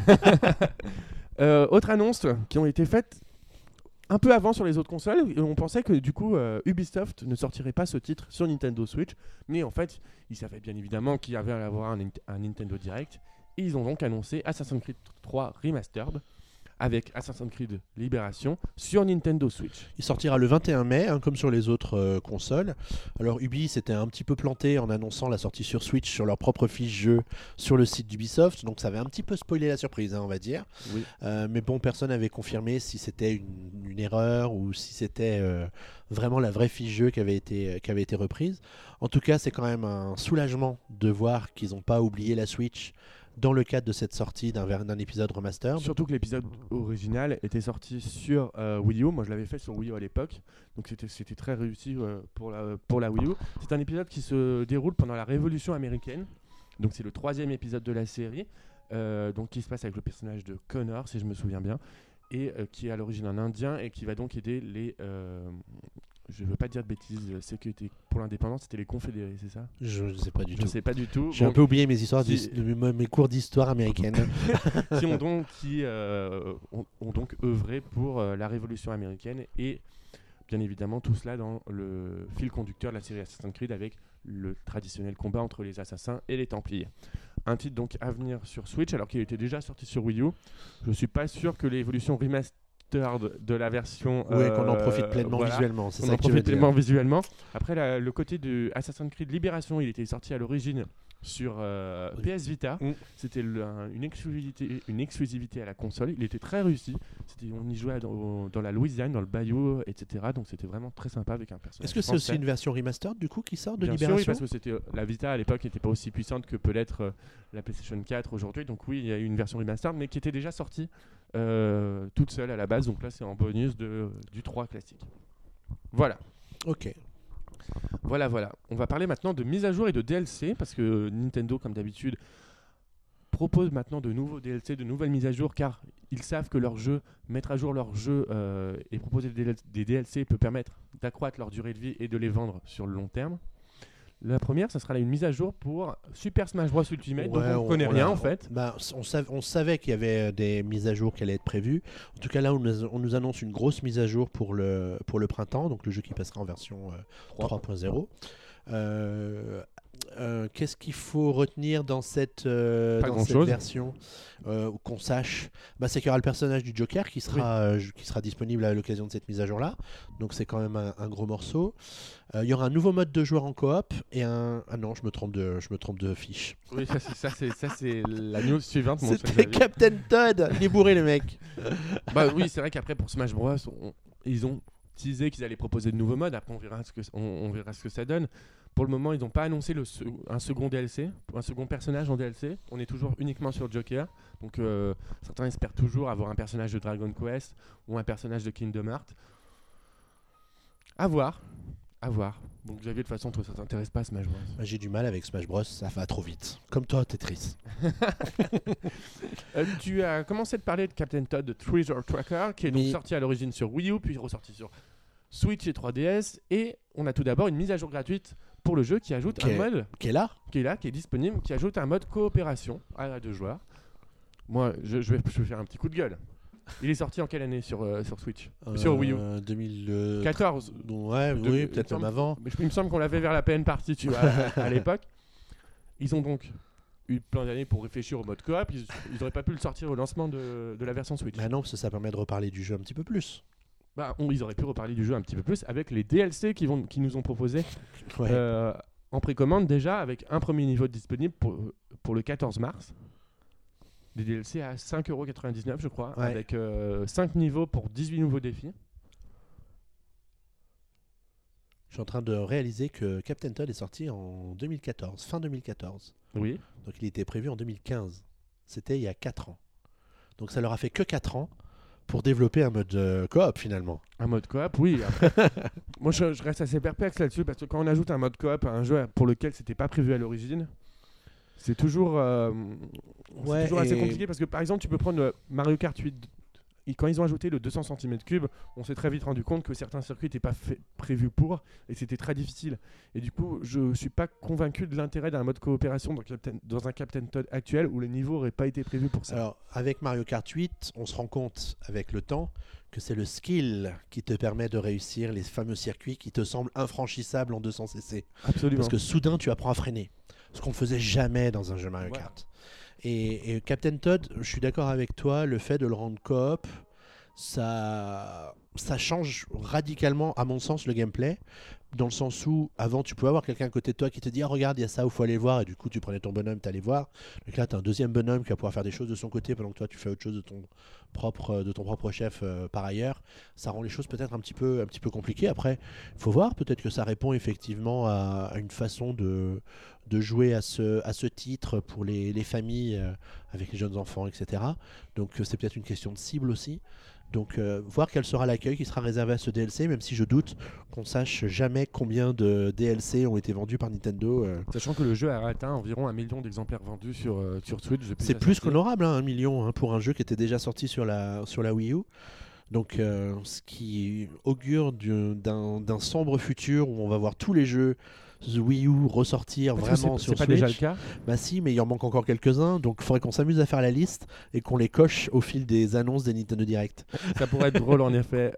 Autre annonce qui ont été faites un peu avant sur les autres consoles. Et on pensait que du coup Ubisoft ne sortirait pas ce titre sur Nintendo Switch, mais en fait ils savaient bien évidemment qu'il y avait à avoir un Nintendo Direct, et ils ont donc annoncé Assassin's Creed 3 Remastered avec Assassin's Creed Libération sur Nintendo Switch. Il sortira le 21 mai, comme sur les autres consoles. Alors Ubi s'était un petit peu planté en annonçant la sortie sur Switch sur leur propre fiche jeu sur le site d'Ubisoft, donc ça avait un petit peu spoilé la surprise, on va dire. Oui. Mais bon, personne n'avait confirmé si c'était une erreur ou si c'était vraiment la vraie fiche jeu qui avait été reprise. En tout cas, c'est quand même un soulagement de voir qu'ils n'ont pas oublié la Switch dans le cadre de cette sortie d'un épisode remastered. Surtout que l'épisode original était sorti sur Wii U. Moi, je l'avais fait sur Wii U à l'époque, donc c'était très réussi pour la Wii U. C'est un épisode qui se déroule pendant la Révolution américaine, donc c'est le 3e épisode de la série, donc qui se passe avec le personnage de Connor, si je me souviens bien, et qui est à l'origine un Indien et qui va donc aider les... je veux pas dire de bêtises, sécurité pour l'indépendance, c'était les confédérés, c'est ça? Je ne sais pas du Je tout. sais pas du tout. J'ai un peu oublié mes histoires, mes cours d'histoire américaine. qui ont donc œuvré pour la Révolution américaine, et bien évidemment tout cela dans le fil conducteur de la série Assassin's Creed avec le traditionnel combat entre les assassins et les Templiers. Un titre donc à venir sur Switch alors qu'il était déjà sorti sur Wii U. Je suis pas sûr que l'évolution remastered de la version qu'on en profite pleinement visuellement, c'est on ça en que tu veux profite dire. pleinement visuellement. Après le côté de Assassin's Creed Libération, il était sorti à l'origine sur PS Vita. C'était une exclusivité à la console. Il était très réussi. On y jouait dans la Louisiane, dans le Bayou, etc. Donc c'était vraiment très sympa avec un personnage. Est-ce que c'est aussi une version remastered du coup qui sort de Bien Libération? sûr, oui, parce que la Vita à l'époque n'était pas aussi puissante que peut l'être la PlayStation 4 aujourd'hui. Donc oui, il y a eu une version remastered, mais qui était déjà sortie toute seule à la base. Donc là, c'est en bonus du 3 classique. Voilà. Ok. Voilà. On va parler maintenant de mise à jour et de DLC, parce que Nintendo, comme d'habitude, propose maintenant de nouveaux DLC, de nouvelles mises à jour, car ils savent que mettre à jour leur jeu et proposer des DLC peut permettre d'accroître leur durée de vie et de les vendre sur le long terme. La première, ça sera une mise à jour pour Super Smash Bros Ultimate, donc on ne connaît rien en fait. On savait qu'il y avait des mises à jour qui allaient être prévues. En tout cas, là, on nous annonce une grosse mise à jour pour le printemps, donc le jeu qui passera en version 3.0. Qu'est-ce qu'il faut retenir dans cette version qu'on sache? C'est qu'il y aura le personnage du Joker qui sera disponible à l'occasion de cette mise à jour là, donc c'est quand même un gros morceau. Il y aura un nouveau mode de joueur en coop et non, je me trompe de fiche. Oui, ça c'est la news suivante. C'était Captain Todd. Il est bourré le mec. Oui, c'est vrai qu'après pour Smash Bros ils ont teasé qu'ils allaient proposer de nouveaux modes. Après on verra ce que ça donne. Pour le moment, ils n'ont pas annoncé un second DLC, un second personnage en DLC. On est toujours uniquement sur Joker. Donc certains espèrent toujours avoir un personnage de Dragon Quest ou un personnage de Kingdom Hearts. À voir. Donc Xavier, de toute façon, toi, ça t'intéresse pas Smash Bros. Bah, j'ai du mal avec Smash Bros, ça va trop vite. Comme toi, Tetris. Tu as commencé de parler de Captain Todd de Treasure Tracker, qui est donc Oui. sorti à l'origine sur Wii U, puis ressorti sur Switch et 3DS. Et on a tout d'abord une mise à jour gratuite pour le jeu qui ajoute un mode Qui est là. qui est là, qui est disponible, qui ajoute un mode coopération à 2 joueurs. Moi, je vais faire un petit coup de gueule. Il est sorti en quelle année sur Switch Sur Wii U 2014. 14. Ouais, De- oui, il peut-être me même semble- avant. Mais il me semble qu'on l'avait vers la PN Party, tu vois, à l'époque. Ils ont donc eu plein d'années pour réfléchir au mode coop. Ils n'auraient pas pu le sortir au lancement de la version Switch. Bah non, parce que ça permet de reparler du jeu un petit peu plus. Ils auraient pu reparler du jeu un petit peu plus avec les DLC qui nous ont proposé Ouais. en précommande déjà, avec un premier niveau disponible pour le 14 mars. Des DLC à 5,99 €, je crois, Ouais. avec 5 niveaux pour 18 nouveaux défis. Je suis en train de réaliser que Captain Todd est sorti en 2014, fin 2014. Oui. Donc il était prévu en 2015. C'était il y a 4 ans. Donc ça leur a fait que 4 ans pour développer un mode coop finalement. Un mode coop, oui. Après, moi, je reste assez perplexe là-dessus parce que quand on ajoute un mode coop à un jeu pour lequel c'était pas prévu à l'origine, c'est toujours, Ouais, assez et- compliqué parce que par exemple, tu peux prendre Mario Kart 8. Quand ils ont ajouté le 200 cm3, on s'est très vite rendu compte que certains circuits n'étaient pas prévus pour et c'était très difficile. Et du coup, je suis pas convaincu de l'intérêt d'un mode coopération dans un Captain Todd actuel où les niveaux n'auraient pas été prévus pour ça. Alors, avec Mario Kart 8, on se rend compte avec le temps que c'est le skill qui te permet de réussir les fameux circuits qui te semblent infranchissables en 200cc. Absolument. Parce que soudain, tu apprends à freiner. Ce qu'on ne faisait jamais dans un jeu Mario Voilà. Kart. Et Captain Todd, je suis d'accord avec toi, le fait de le rendre coop, ça change radicalement, à mon sens, le gameplay. Dans le sens où, avant, tu pouvais avoir quelqu'un à côté de toi qui te dit « Ah, regarde, il y a ça, il faut aller le voir. » Et du coup, tu prenais ton bonhomme, tu allais voir. Donc là, tu as un deuxième bonhomme qui va pouvoir faire des choses de son côté pendant que toi, tu fais autre chose de ton propre chef par ailleurs. Ça rend les choses peut-être un petit peu compliquées. Après, il faut voir. Peut-être que ça répond effectivement à une façon de jouer à ce titre pour les familles avec les jeunes enfants, etc. Donc, c'est peut-être une question de cible aussi. Donc, voir quel sera l'accueil qui sera réservé à ce DLC, même si je doute qu'on sache jamais combien de DLC ont été vendus par Nintendo. Sachant que le jeu a atteint environ 1 million d'exemplaires vendus sur Switch. depuis C'est sa plus sortie. qu'honorable, hein, 1 million pour un jeu qui était déjà sorti sur la Wii U. Donc, ce qui augure d'un sombre futur où on va voir tous les jeux Wii U ressortir Parce que vraiment c'est sur pas Switch. déjà le cas. Bah si, mais il en manque encore quelques-uns, donc il faudrait qu'on s'amuse à faire la liste et qu'on les coche au fil des annonces des Nintendo Direct. Ça pourrait être drôle en effet.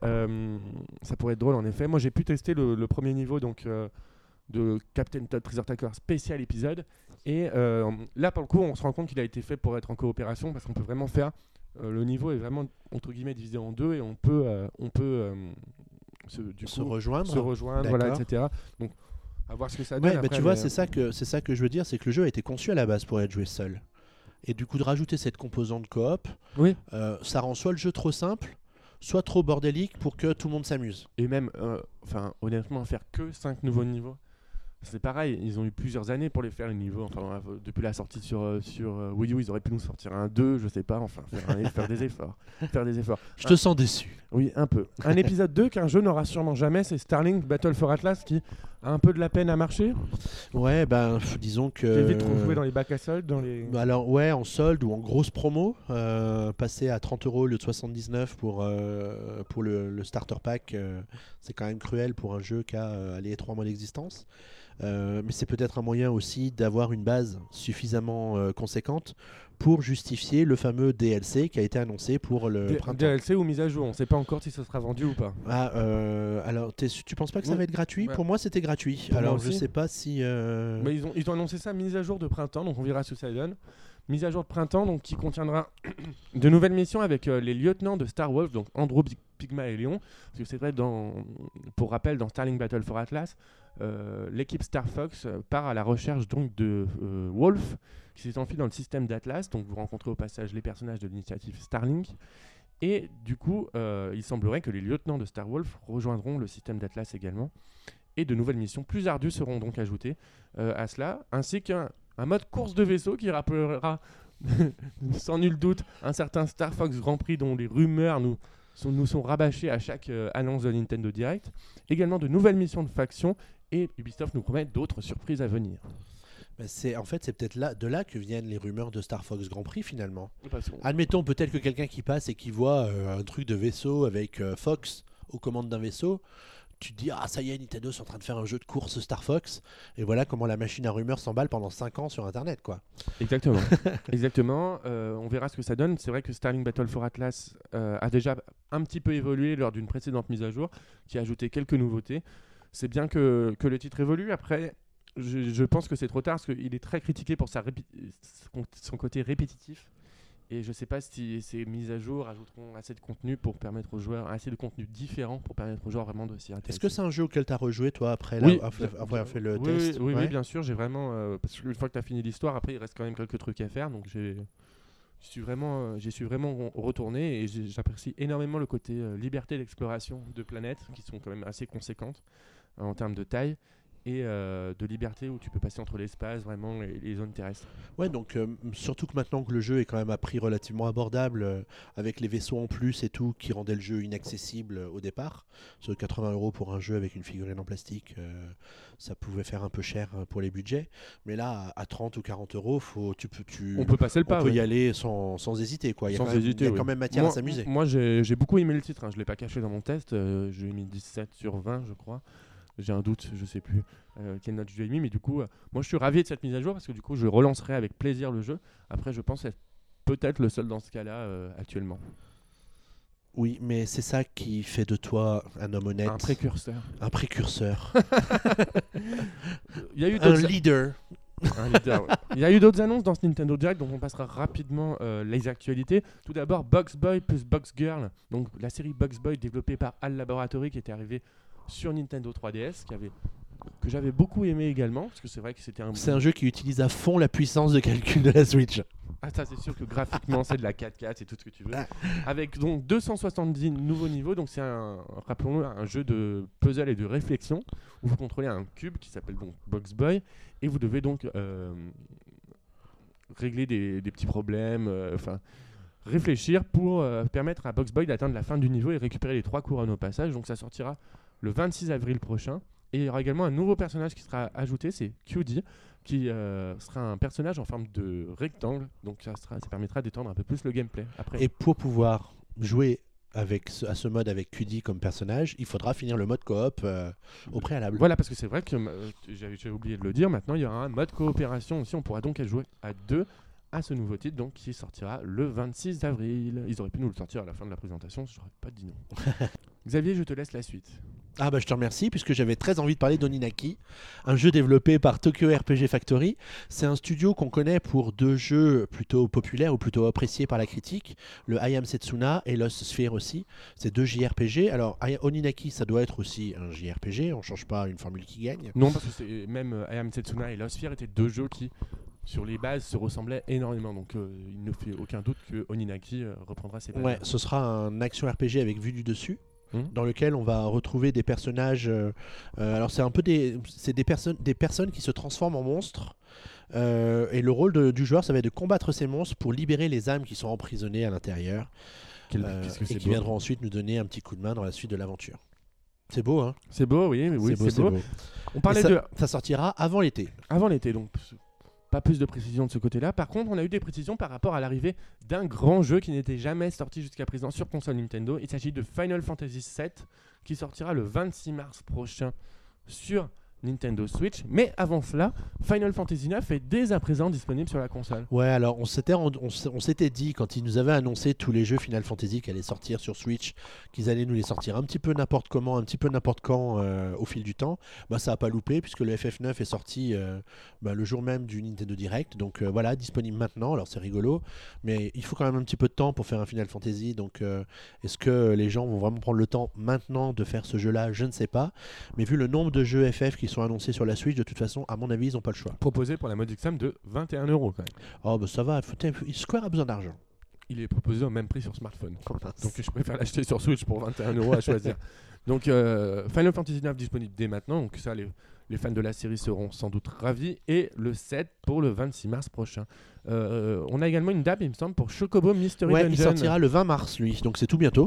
Moi, j'ai pu tester le premier niveau donc de Captain Todd Treasure Tracker spécial épisode. Et là, pour le coup, on se rend compte qu'il a été fait pour être en coopération parce qu'on peut vraiment faire. Le niveau est vraiment entre guillemets divisé en deux et on peut Se rejoindre. voilà, D'accord. etc. Donc, à voir ce que ça donne. Ouais, bah après, tu vois, mais, c'est ça que je veux dire, c'est que le jeu a été conçu à la base pour être joué seul. Et du coup, de rajouter cette composante coop, Oui. ça rend soit le jeu trop simple, soit trop bordélique pour que tout le monde s'amuse. Et même, honnêtement, faire que 5 nouveaux niveaux, c'est pareil. Ils ont eu plusieurs années pour les faire, les niveaux. Enfin, depuis la sortie sur Wii U, ils auraient pu nous sortir un 2, je sais pas. Enfin, faire des efforts. Je te sens déçu. Oui, un peu. Un épisode 2 qu'un jeu n'aura sûrement jamais, c'est Starlink Battle for Atlas qui a un peu de la peine à marcher. Ouais, ben disons que. J'ai vite retrouvé dans les bacs à soldes, dans les. Bah alors ouais, en solde ou en grosse promo, passer à 30 € au lieu de 79 pour le starter pack, c'est quand même cruel pour un jeu qui a 3 mois d'existence. Mais c'est peut-être un moyen aussi d'avoir une base suffisamment conséquente pour justifier le fameux DLC qui a été annoncé pour le printemps. DLC ou mise à jour, on sait pas encore si ça sera vendu ou pas. Ah, alors tu penses pas que ça Oui. va être gratuit? Ouais. Pour moi c'était gratuit. Pour Alors moi je aussi. sais pas si... Mais ils ont annoncé ça mise à jour de printemps, donc on verra ce que ça donne. Mise à jour de printemps, donc qui contiendra de nouvelles missions avec les lieutenants de Star Wolf, donc Andro, Pigma et Léon. Parce que c'est vrai, pour rappel, dans Starlink Battle for Atlas, l'équipe Star Fox part à la recherche donc de Wolf, qui s'est enfui dans le système d'Atlas. Donc vous rencontrez au passage les personnages de l'initiative Starlink. Et du coup, il semblerait que les lieutenants de Star Wolf rejoindront le système d'Atlas également. Et de nouvelles missions plus ardues seront donc ajoutées à cela, ainsi qu'un mode course de vaisseau qui rappellera sans nul doute un certain Star Fox Grand Prix dont les rumeurs nous nous sont rabâchés à chaque annonce de Nintendo Direct. Également de nouvelles missions de faction et Ubisoft nous promet d'autres surprises à venir. C'est peut-être de là que viennent les rumeurs de Star Fox Grand Prix finalement. Parce Admettons peut-être que quelqu'un qui passe et qui voit un truc de vaisseau avec Fox aux commandes d'un vaisseau, tu te dis ah ça y est, Nintendo sont en train de faire un jeu de course Star Fox, et voilà comment la machine à rumeurs s'emballe pendant 5 ans sur internet quoi. Exactement. Exactement. On verra ce que ça donne. C'est vrai que Starlink Battle for Atlas a déjà un petit peu évolué lors d'une précédente mise à jour qui a ajouté quelques nouveautés. C'est bien que le titre évolue. Après, je pense que c'est trop tard parce qu'il est très critiqué pour son côté répétitif. Et je ne sais pas si ces mises à jour ajouteront assez de contenu pour permettre aux joueurs, assez de contenu différent pour permettre aux joueurs vraiment de s'y intéresser. Est-ce que c'est un jeu auquel tu as rejoué toi après avoir fait le test? Oui, bien sûr. J'ai vraiment parce qu'une fois que tu as fini l'histoire, après il reste quand même quelques trucs à faire. Donc j'y suis vraiment retourné et j'apprécie énormément le côté liberté d'exploration de planètes qui sont quand même assez conséquentes en termes de taille. Et de liberté où tu peux passer entre l'espace vraiment et les zones terrestres. Ouais, donc surtout que maintenant que le jeu est quand même à prix relativement abordable, avec les vaisseaux en plus et tout, qui rendait le jeu inaccessible au départ. Sur 80 € pour un jeu avec une figurine en plastique, ça pouvait faire un peu cher pour les budgets. Mais là, à 30 ou 40 €, on peut passer le pas. On peut y aller sans hésiter, quoi. Il y a quand même matière à s'amuser. Moi, j'ai beaucoup aimé le titre. Je ne l'ai pas caché dans mon test. Je lui ai mis 17 sur 20, je crois. J'ai un doute, je sais plus quelle note je lui ai mis, mais du coup, moi je suis ravi de cette mise à jour parce que du coup, je relancerai avec plaisir le jeu. Après, je pense être peut-être le seul dans ce cas-là actuellement. Oui, mais c'est ça qui fait de toi un homme honnête. Un précurseur. Un précurseur. Il y a eu un leader. Un leader, ouais. Il y a eu d'autres annonces dans ce Nintendo Direct, donc on passera rapidement les actualités. Tout d'abord, Box Boy plus Box Girl, donc la série Box Boy développée par HAL Laboratory qui était arrivée sur Nintendo 3DS, que j'avais beaucoup aimé également, parce que c'est vrai que c'est un jeu qui utilise à fond la puissance de calcul de la Switch. Ah ça c'est sûr que graphiquement c'est de la 4K, c'est tout ce que tu veux. Avec donc 270 nouveaux niveaux, donc c'est rappelons-le, un jeu de puzzle et de réflexion, où vous contrôlez un cube qui s'appelle donc Box Boy, et vous devez donc régler des petits problèmes, réfléchir pour permettre à Box Boy d'atteindre la fin du niveau et récupérer les 3 couronnes au passage. Donc ça sortira le 26 avril prochain. Et il y aura également un nouveau personnage qui sera ajouté, c'est QD, qui sera un personnage en forme de rectangle. Donc ça permettra d'étendre un peu plus le gameplay. Après. Et pour pouvoir jouer à ce mode avec QD comme personnage, il faudra finir le mode coop au préalable. Voilà, parce que c'est vrai que j'avais oublié de le dire, maintenant il y aura un mode coopération aussi. On pourra donc jouer à 2 à ce nouveau titre, donc qui sortira le 26 avril. Ils auraient pu nous le sortir à la fin de la présentation, j'aurais pas dit non. Xavier, je te laisse la suite. Ah bah je te remercie, puisque j'avais très envie de parler d'Oninaki, un jeu développé par Tokyo RPG Factory. C'est un studio qu'on connaît pour 2 jeux plutôt populaires ou plutôt appréciés par la critique, le I Am Setsuna et Lost Sphere aussi. C'est 2 JRPG. Alors Oninaki, ça doit être aussi un JRPG, on change pas une formule qui gagne. Non, parce que même I Am Setsuna et Lost Sphere étaient 2 jeux qui, sur les bases, se ressemblaient énormément. Donc il ne fait aucun doute que Oninaki reprendra ses bases. Ouais, ce sera un action RPG avec vue du dessus. Dans lequel on va retrouver des personnages. Alors c'est un peu des personnes qui se transforment en monstres. Et le rôle du joueur, ça va être de combattre ces monstres pour libérer les âmes qui sont emprisonnées à l'intérieur. Et qui viendront ensuite nous donner un petit coup de main dans la suite de l'aventure. C'est beau, hein? C'est beau, oui, c'est beau. On parlait ça sortira avant l'été. Avant l'été, donc. Pas plus de précision de ce côté-là. Par contre, on a eu des précisions par rapport à l'arrivée d'un grand jeu qui n'était jamais sorti jusqu'à présent sur console Nintendo. Il s'agit de Final Fantasy VII qui sortira le 26 mars prochain sur Nintendo Switch. Mais avant cela, Final Fantasy IX est dès à présent disponible sur la console. Ouais, alors on s'était dit quand ils nous avaient annoncé tous les jeux Final Fantasy qui allaient sortir sur Switch, qu'ils allaient nous les sortir un petit peu n'importe comment, un petit peu n'importe quand au fil du temps. Bah ça a pas loupé puisque le FF9 est sorti le jour même du Nintendo Direct. Donc voilà, disponible maintenant. Alors c'est rigolo, mais il faut quand même un petit peu de temps pour faire un Final Fantasy. Donc est-ce que les gens vont vraiment prendre le temps maintenant de faire ce jeu-là? Je ne sais pas. Mais vu le nombre de jeux FF qui sont annoncés sur la Switch, de toute façon, à mon avis, ils n'ont pas le choix. Proposé pour la modique somme de 21 € quand même. Oh, bah ça va, Square a besoin d'argent. Il est proposé au même prix sur smartphone. Donc je préfère l'acheter sur Switch pour 21 € à choisir. Donc Final Fantasy IX disponible dès maintenant. Donc ça, les fans de la série seront sans doute ravis. Et le 7 pour le 26 mars prochain. On a également une date, il me semble, pour Chocobo Mystery Dungeon. Il sortira le 20 mars, lui. Donc c'est tout bientôt.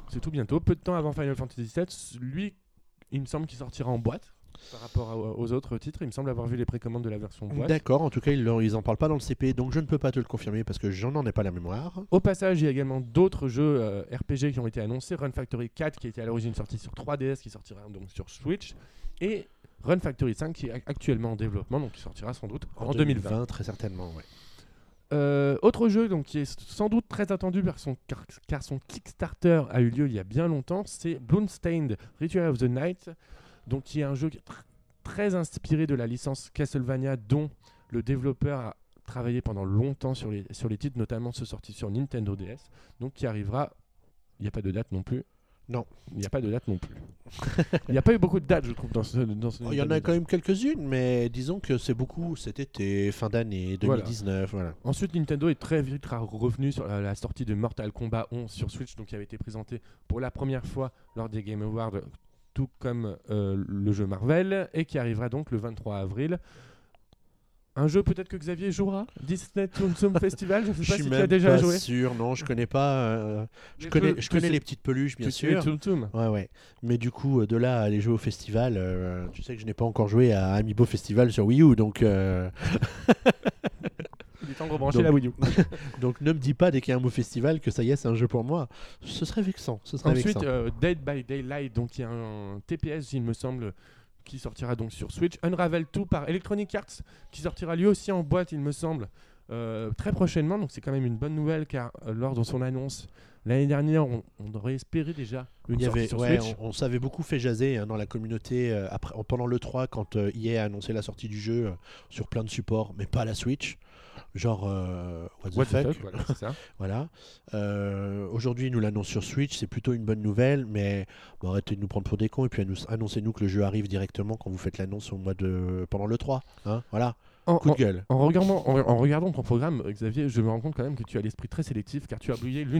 C'est tout bientôt, peu de temps avant Final Fantasy VII. Lui, il me semble qu'il sortira en boîte par rapport aux autres titres. Il me semble avoir vu les précommandes de la version boîte. D'accord, en tout cas, ils en parlent pas dans le CP, donc je ne peux pas te le confirmer parce que j'en ai pas la mémoire. Au passage, il y a également d'autres jeux RPG qui ont été annoncés. Run Factory 4 qui était à l'origine sorti sur 3DS, qui sortira donc sur Switch. Et Run Factory 5 qui est actuellement en développement, donc qui sortira sans doute en 2020. Très certainement, ouais. Autre jeu donc, qui est sans doute très attendu car son Kickstarter a eu lieu il y a bien longtemps, c'est Bloodstained Ritual of the Night, donc, qui est un jeu qui est très inspiré de la licence Castlevania, dont le développeur a travaillé pendant longtemps sur les titres, notamment ceux sortis sur Nintendo DS, donc qui arrivera. Il n'y a pas de date non plus. Non. Il n'y a pas de date non plus. Il n'y a pas eu beaucoup de dates, je trouve, dans ce il y en a quand même quelques-unes, mais disons que c'est beaucoup cet été, fin d'année, 2019. Voilà. Ensuite, Nintendo est très vite revenu sur la sortie de Mortal Kombat 11 sur Switch, donc qui avait été présenté pour la première fois lors des Game Awards, tout comme le jeu Marvel, et qui arrivera donc le 23 avril. Un jeu peut-être que Xavier jouera, Disney Toontoon Festival, je ne sais pas si tu as déjà joué. Je suis même pas sûr, non, je connais pas. Je connais les petites peluches, bien sûr. Toontoon. Ouais. Mais du coup, de là à aller jouer au festival, tu sais que je n'ai pas encore joué à Amiibo Festival sur Wii U, donc. Il est temps de rebrancher la Wii U. Donc ne me dis pas dès qu'il y a un mot festival que ça y est, c'est un jeu pour moi. Ce serait vexant. Ensuite, Dead by Daylight, donc il y a un TPS, il me semble, qui sortira donc sur Switch. Unravel 2 par Electronic Arts, qui sortira lui aussi en boîte, il me semble, très prochainement. Donc c'est quand même une bonne nouvelle, car lors de son annonce l'année dernière, on aurait espéré déjà une sortie sur Switch. On s'avait beaucoup fait jaser dans la communauté pendant l'E3 quand EA a annoncé la sortie du jeu sur plein de supports, mais pas la Switch. Genre, what the fuck, voilà, c'est ça. Voilà. Aujourd'hui, ils nous l'annoncent sur Switch, c'est plutôt une bonne nouvelle, mais arrêtez de nous prendre pour des cons et puis annoncez-nous que le jeu arrive directement quand vous faites l'annonce pendant l'E3. Hein, voilà. Coup de gueule. En regardant ton programme, Xavier, je me rends compte quand même que tu as l'esprit très sélectif, car tu as oublié l'une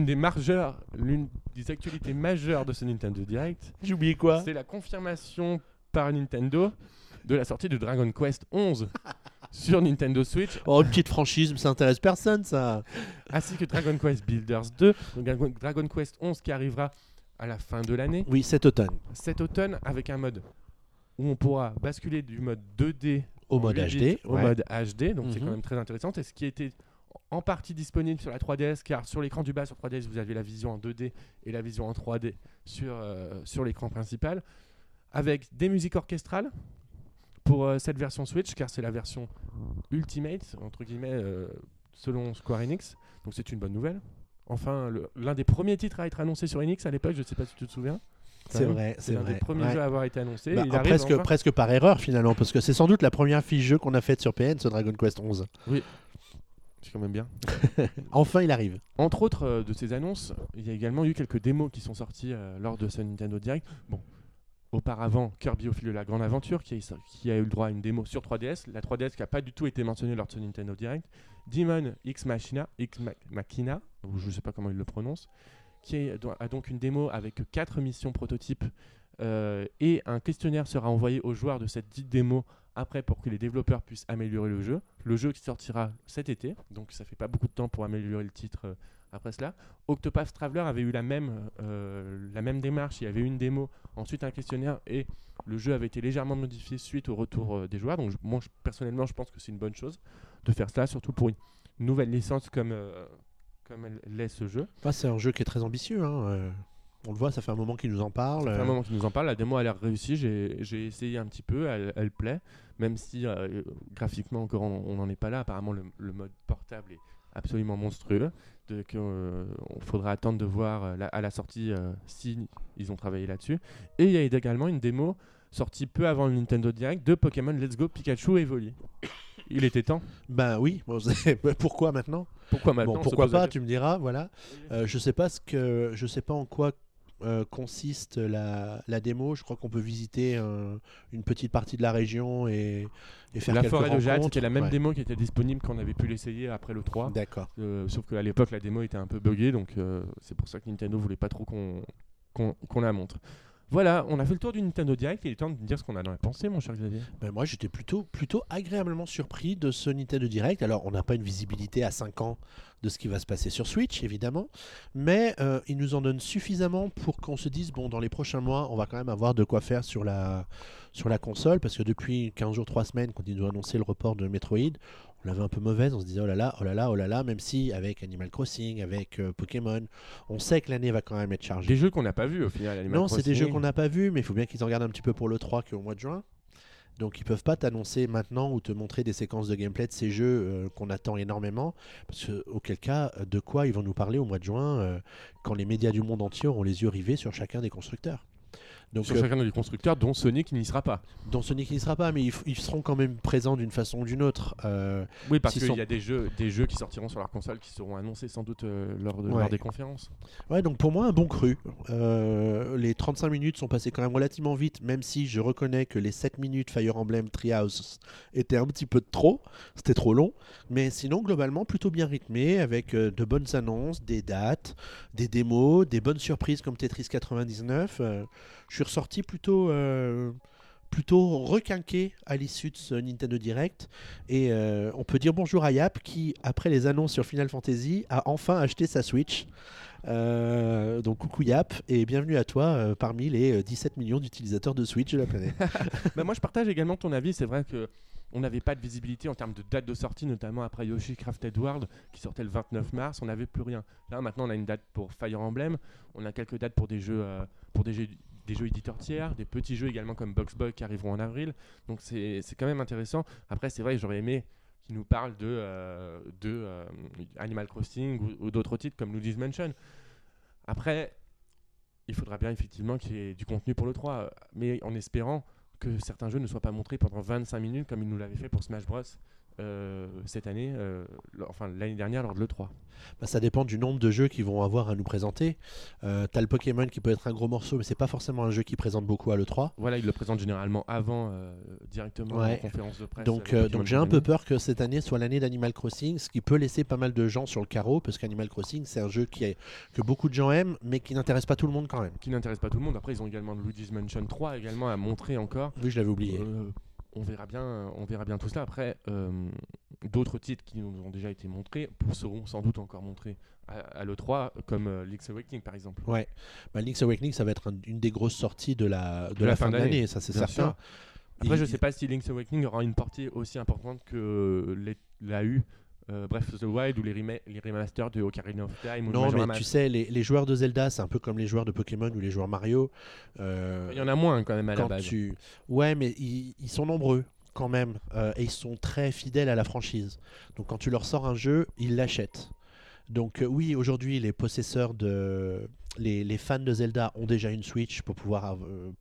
des actualités majeures de ce Nintendo Direct. J'ai oublié quoi? C'est la confirmation par Nintendo de la sortie de Dragon Quest 11 sur Nintendo Switch. Oh, une petite franchise, ça intéresse personne, ça. Ainsi que Dragon Quest Builders 2, donc Dragon Quest 11 qui arrivera à la fin de l'année. Oui, cet automne. Cet automne, avec un mode où on pourra basculer du mode 2D au mode HD. Mode HD, donc c'est quand même très intéressant. Et ce qui était en partie disponible sur la 3DS, car sur l'écran du bas sur 3DS, vous avez la vision en 2D et la vision en 3D sur l'écran principal, avec des musiques orchestrales pour cette version Switch, car c'est la version Ultimate, entre guillemets, selon Square Enix. Donc c'est une bonne nouvelle. Enfin, l'un des premiers titres à être annoncé sur Enix à l'époque, je ne sais pas si tu te souviens. C'est vrai. C'est l'un des premiers jeux à avoir été annoncé. Presque par erreur finalement, parce que c'est sans doute la première fiche jeu qu'on a faite sur PN, ce Dragon Quest 11. Oui, c'est quand même bien. Enfin, il arrive. Entre autres de ces annonces, il y a également eu quelques démos qui sont sorties lors de ce Nintendo Direct. Bon, auparavant, Kirby au fil de la grande aventure, qui a eu le droit à une démo sur 3DS. La 3DS qui n'a pas du tout été mentionnée lors de ce Nintendo Direct. Demon X Machina, ou je ne sais pas comment il le prononce, qui a donc une démo avec 4 missions prototypes et un questionnaire sera envoyé aux joueurs de cette dite démo après pour que les développeurs puissent améliorer le jeu. Le jeu qui sortira cet été, donc ça fait pas beaucoup de temps pour améliorer le titre après cela. Octopath Traveler avait eu la même démarche, il y avait une démo, ensuite un questionnaire et le jeu avait été légèrement modifié suite au retour des joueurs. Donc personnellement, je pense que c'est une bonne chose de faire cela, surtout pour une nouvelle licence comme elle l'est ce jeu. C'est un jeu qui est très ambitieux. On le voit, ça fait un moment qu'il nous en parle. Ça fait un moment qu'il nous en parle. La démo a l'air réussie. J'ai essayé un petit peu. Elle plaît. Même si graphiquement encore on n'en est pas là. Apparemment le mode portable est absolument monstrueux. On faudra attendre de voir à la sortie si ils ont travaillé là-dessus. Et il y a également une démo sortie peu avant le Nintendo Direct de Pokémon Let's Go Pikachu Evoli. Il était temps. Ben oui. Pourquoi maintenant? Pourquoi maintenant? Bon, pourquoi pas, tu me diras, voilà. Je sais pas en quoi consiste la démo. Je crois qu'on peut visiter une petite partie de la région et faire la quelques forêt de Jade, rencontres. c'était la même démo qui était disponible quand on avait pu l'essayer après le 3. D'accord. Sauf qu'à l'époque, la démo était un peu buggée, donc c'est pour ça que Nintendo voulait pas trop qu'on la montre. Voilà, on a fait le tour du Nintendo Direct. Il est temps de dire ce qu'on a dans la pensée, mon cher Xavier. Ben moi, j'étais plutôt agréablement surpris de ce Nintendo Direct. Alors, on n'a pas une visibilité à 5 ans de ce qui va se passer sur Switch, évidemment, mais il nous en donne suffisamment pour qu'on se dise, bon, dans les prochains mois, on va quand même avoir de quoi faire sur la console, parce que depuis 15 jours, 3 semaines, quand ils nous ont annoncé le report de Metroid, on l'avait un peu mauvaise, on se disait, oh là là, oh là là, oh là là, même si avec Animal Crossing, avec Pokémon, on sait que l'année va quand même être chargée. Des jeux qu'on n'a pas vus au final. Animal Non, Crossing. c'est des jeux qu'on n'a pas vus, mais il faut bien qu'ils en regardent un petit peu pour le 3 qui est au mois de juin. Donc ils peuvent pas t'annoncer maintenant ou te montrer des séquences de gameplay de ces jeux qu'on attend énormément, parce que auquel cas, de quoi ils vont nous parler au mois de juin quand les médias du monde entier auront les yeux rivés sur chacun des constructeurs. Donc, sur chacun des constructeurs, dont Sony qui n'y sera pas. Dont Sony qui n'y sera pas, mais ils seront quand même présents d'une façon ou d'une autre. Oui, parce qu'il y a des jeux qui sortiront sur leur console qui seront annoncés sans doute lors des conférences. Ouais, donc pour moi, un bon cru. Les 35 minutes sont passées quand même relativement vite, même si je reconnais que les 7 minutes Fire Emblem Treehouse étaient un petit peu de trop. C'était trop long. Mais sinon, globalement, plutôt bien rythmé, avec de bonnes annonces, des dates, des démos, des bonnes surprises comme Tetris 99. Je suis ressorti plutôt requinqué à l'issue de ce Nintendo Direct. Et on peut dire bonjour à Yap qui, après les annonces sur Final Fantasy, a enfin acheté sa Switch. Donc coucou Yap et bienvenue à toi parmi les 17 millions d'utilisateurs de Switch de la planète. Moi je partage également ton avis. C'est vrai qu'on n'avait pas de visibilité en termes de date de sortie, notamment après Yoshi Crafted World qui sortait le 29 mars. On n'avait plus rien. Là maintenant on a une date pour Fire Emblem. On a quelques dates pour des jeux éditeurs tiers, des petits jeux également comme Box Boy qui arriveront en avril. Donc c'est quand même intéressant. Après c'est vrai que j'aurais aimé qu'ils nous parlent de Animal Crossing ou d'autres titres comme Luigi's Mansion. Après, il faudra bien effectivement qu'il y ait du contenu pour le 3, mais en espérant que certains jeux ne soient pas montrés pendant 25 minutes comme ils nous l'avaient fait pour Smash Bros. Cette année, l'année dernière lors de l'E3. Ça dépend du nombre de jeux qu'ils vont avoir à nous présenter. T'as le Pokémon qui peut être un gros morceau, mais c'est pas forcément un jeu qui présente beaucoup à l'E3. Voilà, ils le présentent généralement avant, directement en conférence de presse. Donc j'ai un peu peur que cette année soit l'année d'Animal Crossing, ce qui peut laisser pas mal de gens sur le carreau, parce qu'Animal Crossing c'est un jeu que beaucoup de gens aiment, mais qui n'intéresse pas tout le monde quand même. Qui n'intéresse pas tout le monde. Après, ils ont également Luigi's Mansion 3 également à montrer encore. Oui, je l'avais oublié. On verra bien tout cela. Après, d'autres titres qui nous ont déjà été montrés seront sans doute encore montrés à l'E3, comme Link's Awakening par exemple. Ouais, Link's Awakening, ça va être une des grosses sorties de la fin de l'année, ça c'est certain. Sûr. Après, je sais pas si Link's Awakening aura une portée aussi importante que l'a eu Breath of the Wild ou les remasters de Ocarina of Time. Non, mais tu sais, les joueurs de Zelda, c'est un peu comme les joueurs de Pokémon ou les joueurs Mario. Il y en a moins quand même à la base. Ouais, mais ils sont nombreux quand même, et ils sont très fidèles à la franchise. Donc quand tu leur sors un jeu, ils l'achètent. Donc oui, aujourd'hui, les possesseurs les fans de Zelda ont déjà une Switch pour pouvoir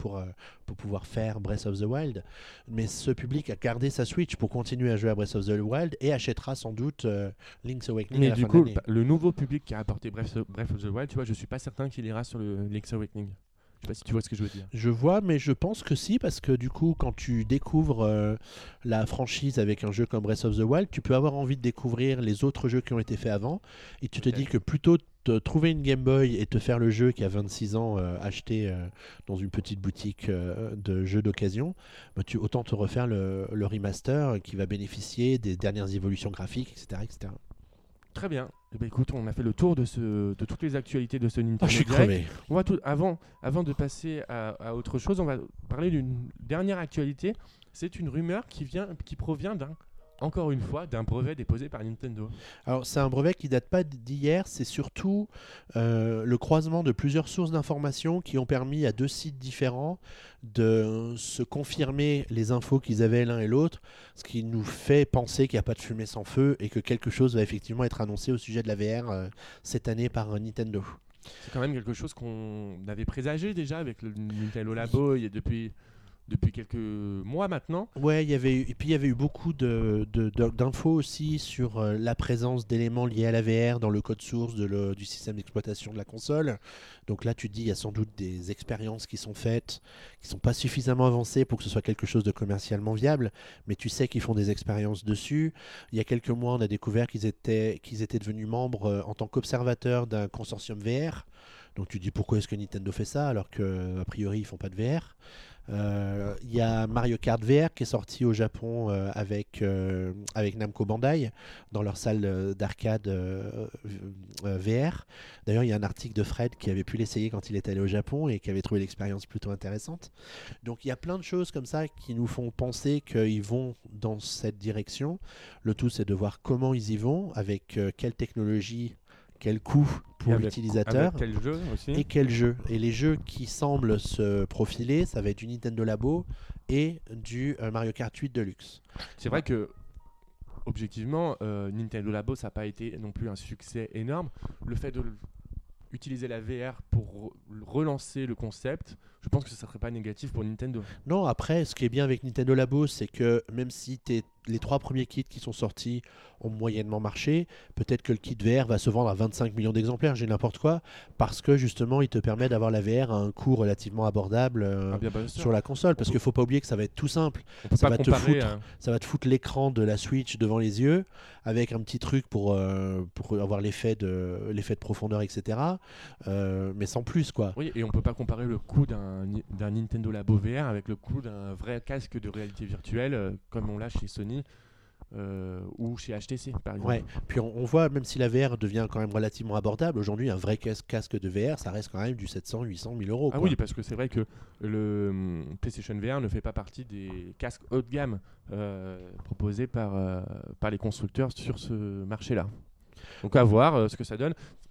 faire Breath of the Wild, mais ce public a gardé sa Switch pour continuer à jouer à Breath of the Wild et achètera sans doute Link's Awakening à la fin de l'année. Mais du coup, le nouveau public qui a apporté Breath of the Wild, tu vois, je suis pas certain qu'il ira sur le Link's Awakening. Je sais pas si tu vois ce que je veux dire. Je vois, mais je pense que si, parce que du coup, quand tu découvres la franchise avec un jeu comme Breath of the Wild, tu peux avoir envie de découvrir les autres jeux qui ont été faits avant, et tu te dis que plutôt de trouver une Game Boy et te faire le jeu qui a 26 ans acheté dans une petite boutique de jeux d'occasion, autant te refaire le remaster qui va bénéficier des dernières évolutions graphiques, etc. etc. Très bien. Eh bien, écoute, on a fait le tour de toutes les actualités de ce Nintendo Direct. Je suis crevé. crevé. On va avant de passer à autre chose, on va parler d'une dernière actualité. C'est une rumeur qui provient encore une fois, d'un brevet déposé par Nintendo. Alors, c'est un brevet qui date pas d'hier, c'est surtout le croisement de plusieurs sources d'informations qui ont permis à 2 sites différents de se confirmer les infos qu'ils avaient l'un et l'autre, ce qui nous fait penser qu'il n'y a pas de fumée sans feu et que quelque chose va effectivement être annoncé au sujet de la VR cette année par Nintendo. C'est quand même quelque chose qu'on avait présagé déjà avec le Nintendo Labo il y a depuis depuis quelques mois maintenant. Ouais, il y avait eu beaucoup d'infos aussi sur la présence d'éléments liés à la VR dans le code source du système d'exploitation de la console. Donc là, tu te dis, il y a sans doute des expériences qui sont faites, qui sont pas suffisamment avancées pour que ce soit quelque chose de commercialement viable, mais tu sais qu'ils font des expériences dessus. Il y a quelques mois, on a découvert qu'ils étaient devenus membres en tant qu'observateurs d'un consortium VR. Donc tu te dis, pourquoi est-ce que Nintendo fait ça alors qu'a priori, ils font pas de VR? Il y a Mario Kart VR qui est sorti au Japon avec Namco Bandai dans leur salle d'arcade VR. D'ailleurs, il y a un article de Fred qui avait pu l'essayer quand il est allé au Japon et qui avait trouvé l'expérience plutôt intéressante. Donc il y a plein de choses comme ça qui nous font penser qu'ils vont dans cette direction. Le tout, c'est de voir comment ils y vont, avec quelle technologie, quel coût pour l'utilisateur. Avec quel jeu aussi. Et quel jeu. Et les jeux qui semblent se profiler, ça va être du Nintendo Labo et du Mario Kart 8 Deluxe. C'est vrai que, objectivement, Nintendo Labo, ça n'a pas été non plus un succès énorme. Le fait de utiliser la VR pour relancer le concept, je pense que ce ne serait pas négatif pour Nintendo. Non, après, ce qui est bien avec Nintendo Labo, c'est que même si les 3 premiers kits qui sont sortis ont moyennement marché, peut-être que le kit VR va se vendre à 25 millions d'exemplaires, j'ai n'importe quoi, parce que justement, il te permet d'avoir la VR à un coût relativement abordable sur la console. Parce qu'il ne faut pas oublier que ça va être tout simple. Ça va te foutre l'écran de la Switch devant les yeux, avec un petit truc pour avoir l'effet de profondeur, etc. Mais sans plus, quoi. Oui, et on ne peut pas comparer le coût d'un Nintendo Labo VR avec le coût d'un vrai casque de réalité virtuelle, comme on l'a chez Sony ou chez HTC, par exemple. Ouais. Puis on voit, même si la VR devient quand même relativement abordable, aujourd'hui, un vrai casque de VR, ça reste quand même du 700, 800, 1000 euros. Ah oui, parce que c'est vrai que le PlayStation VR ne fait pas partie des casques haut de gamme proposés par les constructeurs sur ce marché-là. Donc à voir ce que ça donne.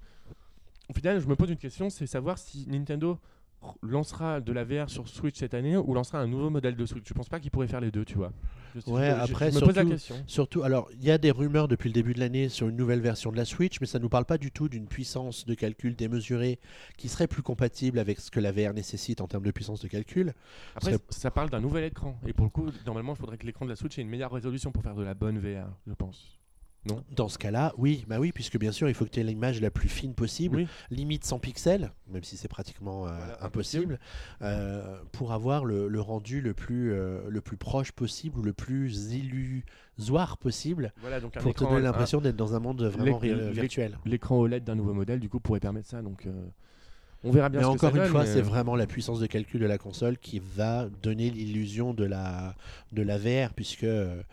Au final, je me pose une question, c'est savoir si Nintendo lancera de la VR sur Switch cette année ou lancera un nouveau modèle de Switch. Je pense pas qu'il pourrait faire les deux, tu vois. Après, je me pose la question. Surtout, alors, il y a des rumeurs depuis le début de l'année sur une nouvelle version de la Switch, mais ça nous parle pas du tout d'une puissance de calcul démesurée qui serait plus compatible avec ce que la VR nécessite en termes de puissance de calcul. Après, ça parle d'un nouvel écran. Et pour le coup, normalement, il faudrait que l'écran de la Switch ait une meilleure résolution pour faire de la bonne VR, je pense. Non. Dans ce cas-là, oui, puisque bien sûr, il faut que tu aies l'image la plus fine possible, oui. Limite 100 pixels, même si c'est pratiquement impossible, pour avoir le rendu le plus proche possible ou le plus illusoire possible, donc pour te donner l'impression d'être dans un monde vraiment virtuel. L'écran OLED d'un nouveau modèle, du coup, pourrait permettre ça, donc on verra bien. Mais ce encore que ça une donne, fois, c'est vraiment la puissance de calcul de la console qui va donner l'illusion de la VR, puisque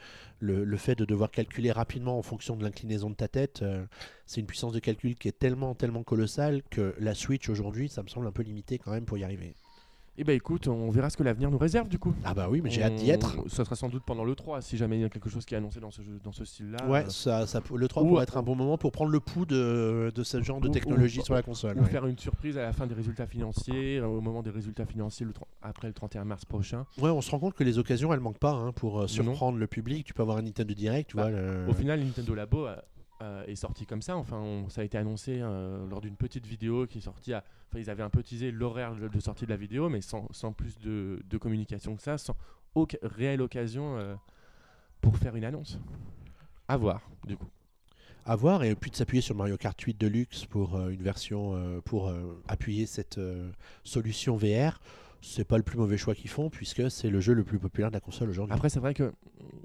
le fait de devoir calculer rapidement en fonction de l'inclinaison de ta tête, c'est une puissance de calcul qui est tellement colossale que la Switch aujourd'hui, ça me semble un peu limité quand même pour y arriver. Eh ben écoute, on verra ce que l'avenir nous réserve du coup. Ah bah oui, mais j'ai hâte d'y être. Ça sera sans doute pendant l'E3 si jamais il y a quelque chose qui est annoncé dans ce style-là. Ouais, l'E3 pourrait être un bon moment pour prendre le pouls de ce genre de technologie sur la console. Ou faire une surprise à la fin des résultats financiers, au moment des résultats financiers après le 31 mars prochain. Ouais, on se rend compte que les occasions elles manquent pas pour surprendre le public. Tu peux avoir un Nintendo Direct, tu vois. Au final, Nintendo Labo est sorti comme ça. Enfin, ça a été annoncé lors d'une petite vidéo qui est sortie ils avaient un peu teasé l'horaire de sortie de la vidéo, mais sans plus de communication que ça, sans réelle occasion pour faire une annonce. À voir, du coup. À voir, et puis de s'appuyer sur Mario Kart 8 Deluxe pour une version pour appuyer cette solution VR. C'est pas le plus mauvais choix qu'ils font, puisque c'est le jeu le plus populaire de la console aujourd'hui. Après, c'est vrai que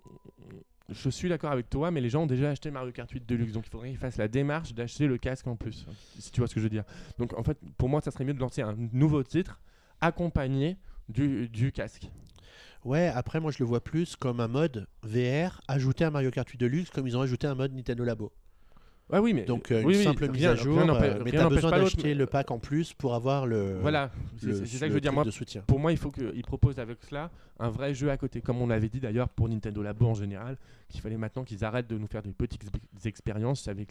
je suis d'accord avec toi, mais les gens ont déjà acheté Mario Kart 8 Deluxe, donc il faudrait qu'ils fassent la démarche d'acheter le casque en plus, si tu vois ce que je veux dire. Donc en fait, pour moi, ça serait mieux de lancer un nouveau titre accompagné du casque. Ouais, après moi je le vois plus comme un mode VR ajouté à Mario Kart 8 Deluxe, comme ils ont ajouté un mode Nintendo Labo. Ouais, oui, mais donc une simple mise à jour, mais tu as besoin d'acheter le pack en plus pour avoir voilà, c'est ça que je veux dire. Moi, de soutien. Pour moi, il faut qu'ils proposent avec cela un vrai jeu à côté, comme on l'avait dit d'ailleurs pour Nintendo Labo en général, qu'il fallait maintenant qu'ils arrêtent de nous faire des petites expériences avec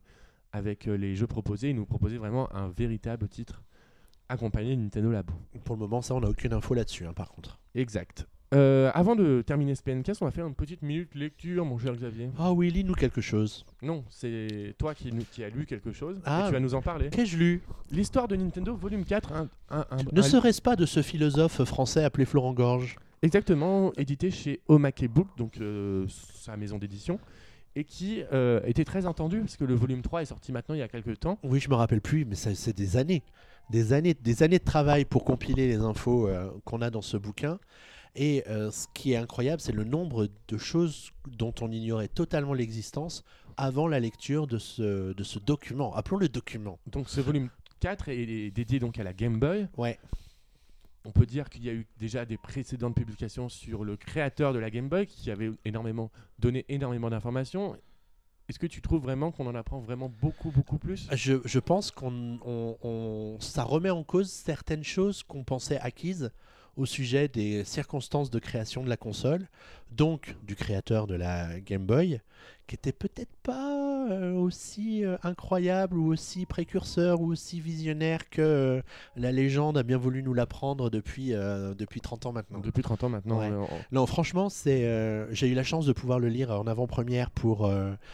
les jeux proposés et nous proposer vraiment un véritable titre accompagné de Nintendo Labo. Pour le moment, ça, on n'a aucune info là-dessus, par contre. Exact. Avant de terminer ce PNcast, on va faire une petite minute lecture, mon cher Xavier. Ah oui, lis-nous quelque chose. Non, c'est toi qui as lu quelque chose et tu vas nous en parler. Qu'ai-je lu ? L'histoire de Nintendo, volume 4. Ne serait-ce pas de ce philosophe français appelé Florent Gorge ? Exactement, édité chez Omake Book, donc sa maison d'édition, et qui était très attendu parce que le volume 3 est sorti maintenant il y a quelques temps. Oui, je me rappelle plus, mais ça, c'est des années. Des années de travail pour compiler les infos qu'on a dans ce bouquin. Et ce qui est incroyable, c'est le nombre de choses dont on ignorait totalement l'existence avant la lecture de ce document. Appelons-le document. Donc ce volume 4 est dédié donc à la Game Boy. Ouais. On peut dire qu'il y a eu déjà des précédentes publications sur le créateur de la Game Boy qui avait donné énormément d'informations. Est-ce que tu trouves vraiment qu'on en apprend vraiment beaucoup plus ? Je pense ça remet en cause certaines choses qu'on pensait acquises au sujet des circonstances de création de la console, donc du créateur de la Game Boy, qui était peut-être pas aussi incroyable ou aussi précurseur ou aussi visionnaire que la légende a bien voulu nous l'apprendre depuis 30 ans maintenant. Depuis 30 ans maintenant. Ouais. Non, franchement, j'ai eu la chance de pouvoir le lire en avant-première pour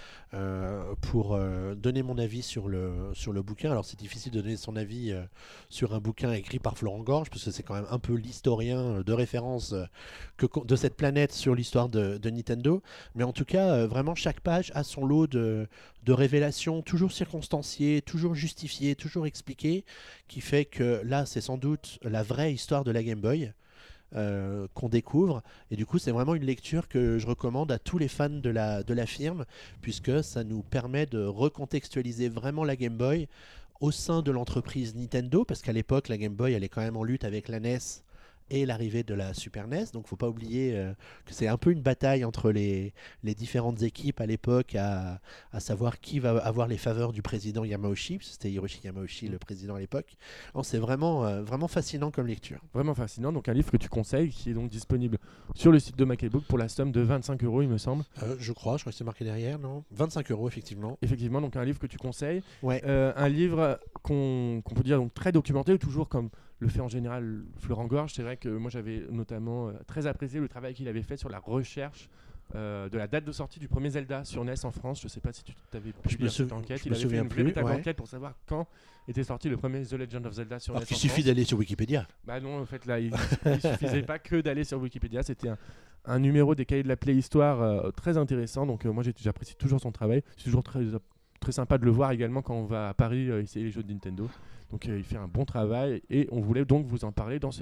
donner mon avis sur le bouquin. Alors c'est difficile de donner son avis sur un bouquin écrit par Florent Gorge, parce que c'est quand même un peu l'historien de référence de cette planète sur l'histoire de Nintendo. Mais en tout cas, vraiment chaque page a son lot de révélations, toujours circonstanciées, toujours justifiées, toujours expliquées, qui fait que là c'est sans doute la vraie histoire de la Game Boy. Qu'on découvre, et du coup c'est vraiment une lecture que je recommande à tous les fans de la firme, puisque ça nous permet de recontextualiser vraiment la Game Boy au sein de l'entreprise Nintendo, parce qu'à l'époque la Game Boy elle est quand même en lutte avec la NES et l'arrivée de la Super NES, donc faut pas oublier que c'est un peu une bataille entre les différentes équipes à l'époque à savoir qui va avoir les faveurs du président Yamauchi, parce que c'était Hiroshi Yamauchi le président à l'époque. C'est vraiment fascinant comme lecture. Vraiment fascinant, donc un livre que tu conseilles, qui est donc disponible sur le site de MakeBook pour la somme de 25 € il me semble. Je crois que c'est marqué derrière, non ? 25 € effectivement. Effectivement, donc un livre que tu conseilles. Ouais. Un livre qu'on peut dire donc très documenté, toujours comme le fait en général Florent Gorge. C'est vrai que moi j'avais notamment très apprécié le travail qu'il avait fait sur la recherche de la date de sortie du premier Zelda sur NES en France. Je ne sais pas si tu t'avais pu lire cette enquête. Il avait fait une véritable enquête pour savoir quand était sorti le premier The Legend of Zelda sur NES en France. Il suffit d'aller sur Wikipédia. Bah non, en fait là, il suffisait pas que d'aller sur Wikipédia. C'était un numéro des cahiers de la Playhistoire très intéressant. Donc moi j'apprécie toujours son travail. C'est toujours très sympa de le voir également quand on va à Paris essayer les jeux de Nintendo. Donc il fait un bon travail et on voulait donc vous en parler dans ce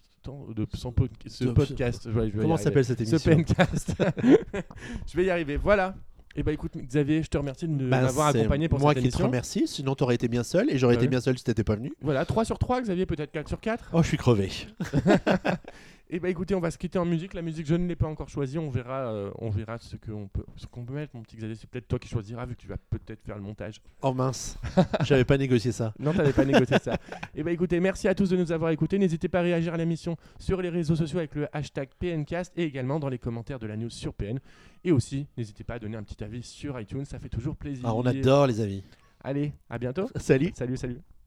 podcast. Comment s'appelle cette émission ? Ce pencast. Je vais y arriver. Voilà. Et bah écoute Xavier, je te remercie de m'avoir accompagné pour cette émission. Moi qui te remercie, sinon t'aurais été bien seul et j'aurais été bien seul si t'étais pas venu. Voilà, 3 sur 3 Xavier, peut-être 4 sur 4. Oh, je suis crevé. Et bah écoutez, on va se quitter en musique. La musique, je ne l'ai pas encore choisie. On verra ce qu'on peut mettre, mon petit Xavier. C'est peut-être toi qui choisiras, vu que tu vas peut-être faire le montage. Oh mince, j'avais pas négocié ça. Non, t'avais pas négocié ça. Et bah écoutez, merci à tous de nous avoir écoutés. N'hésitez pas à réagir à l'émission sur les réseaux sociaux avec le hashtag PNcast et également dans les commentaires de la news sur PN. Et aussi, n'hésitez pas à donner un petit avis sur iTunes, ça fait toujours plaisir. On adore les avis. Allez, à bientôt. Salut. Salut.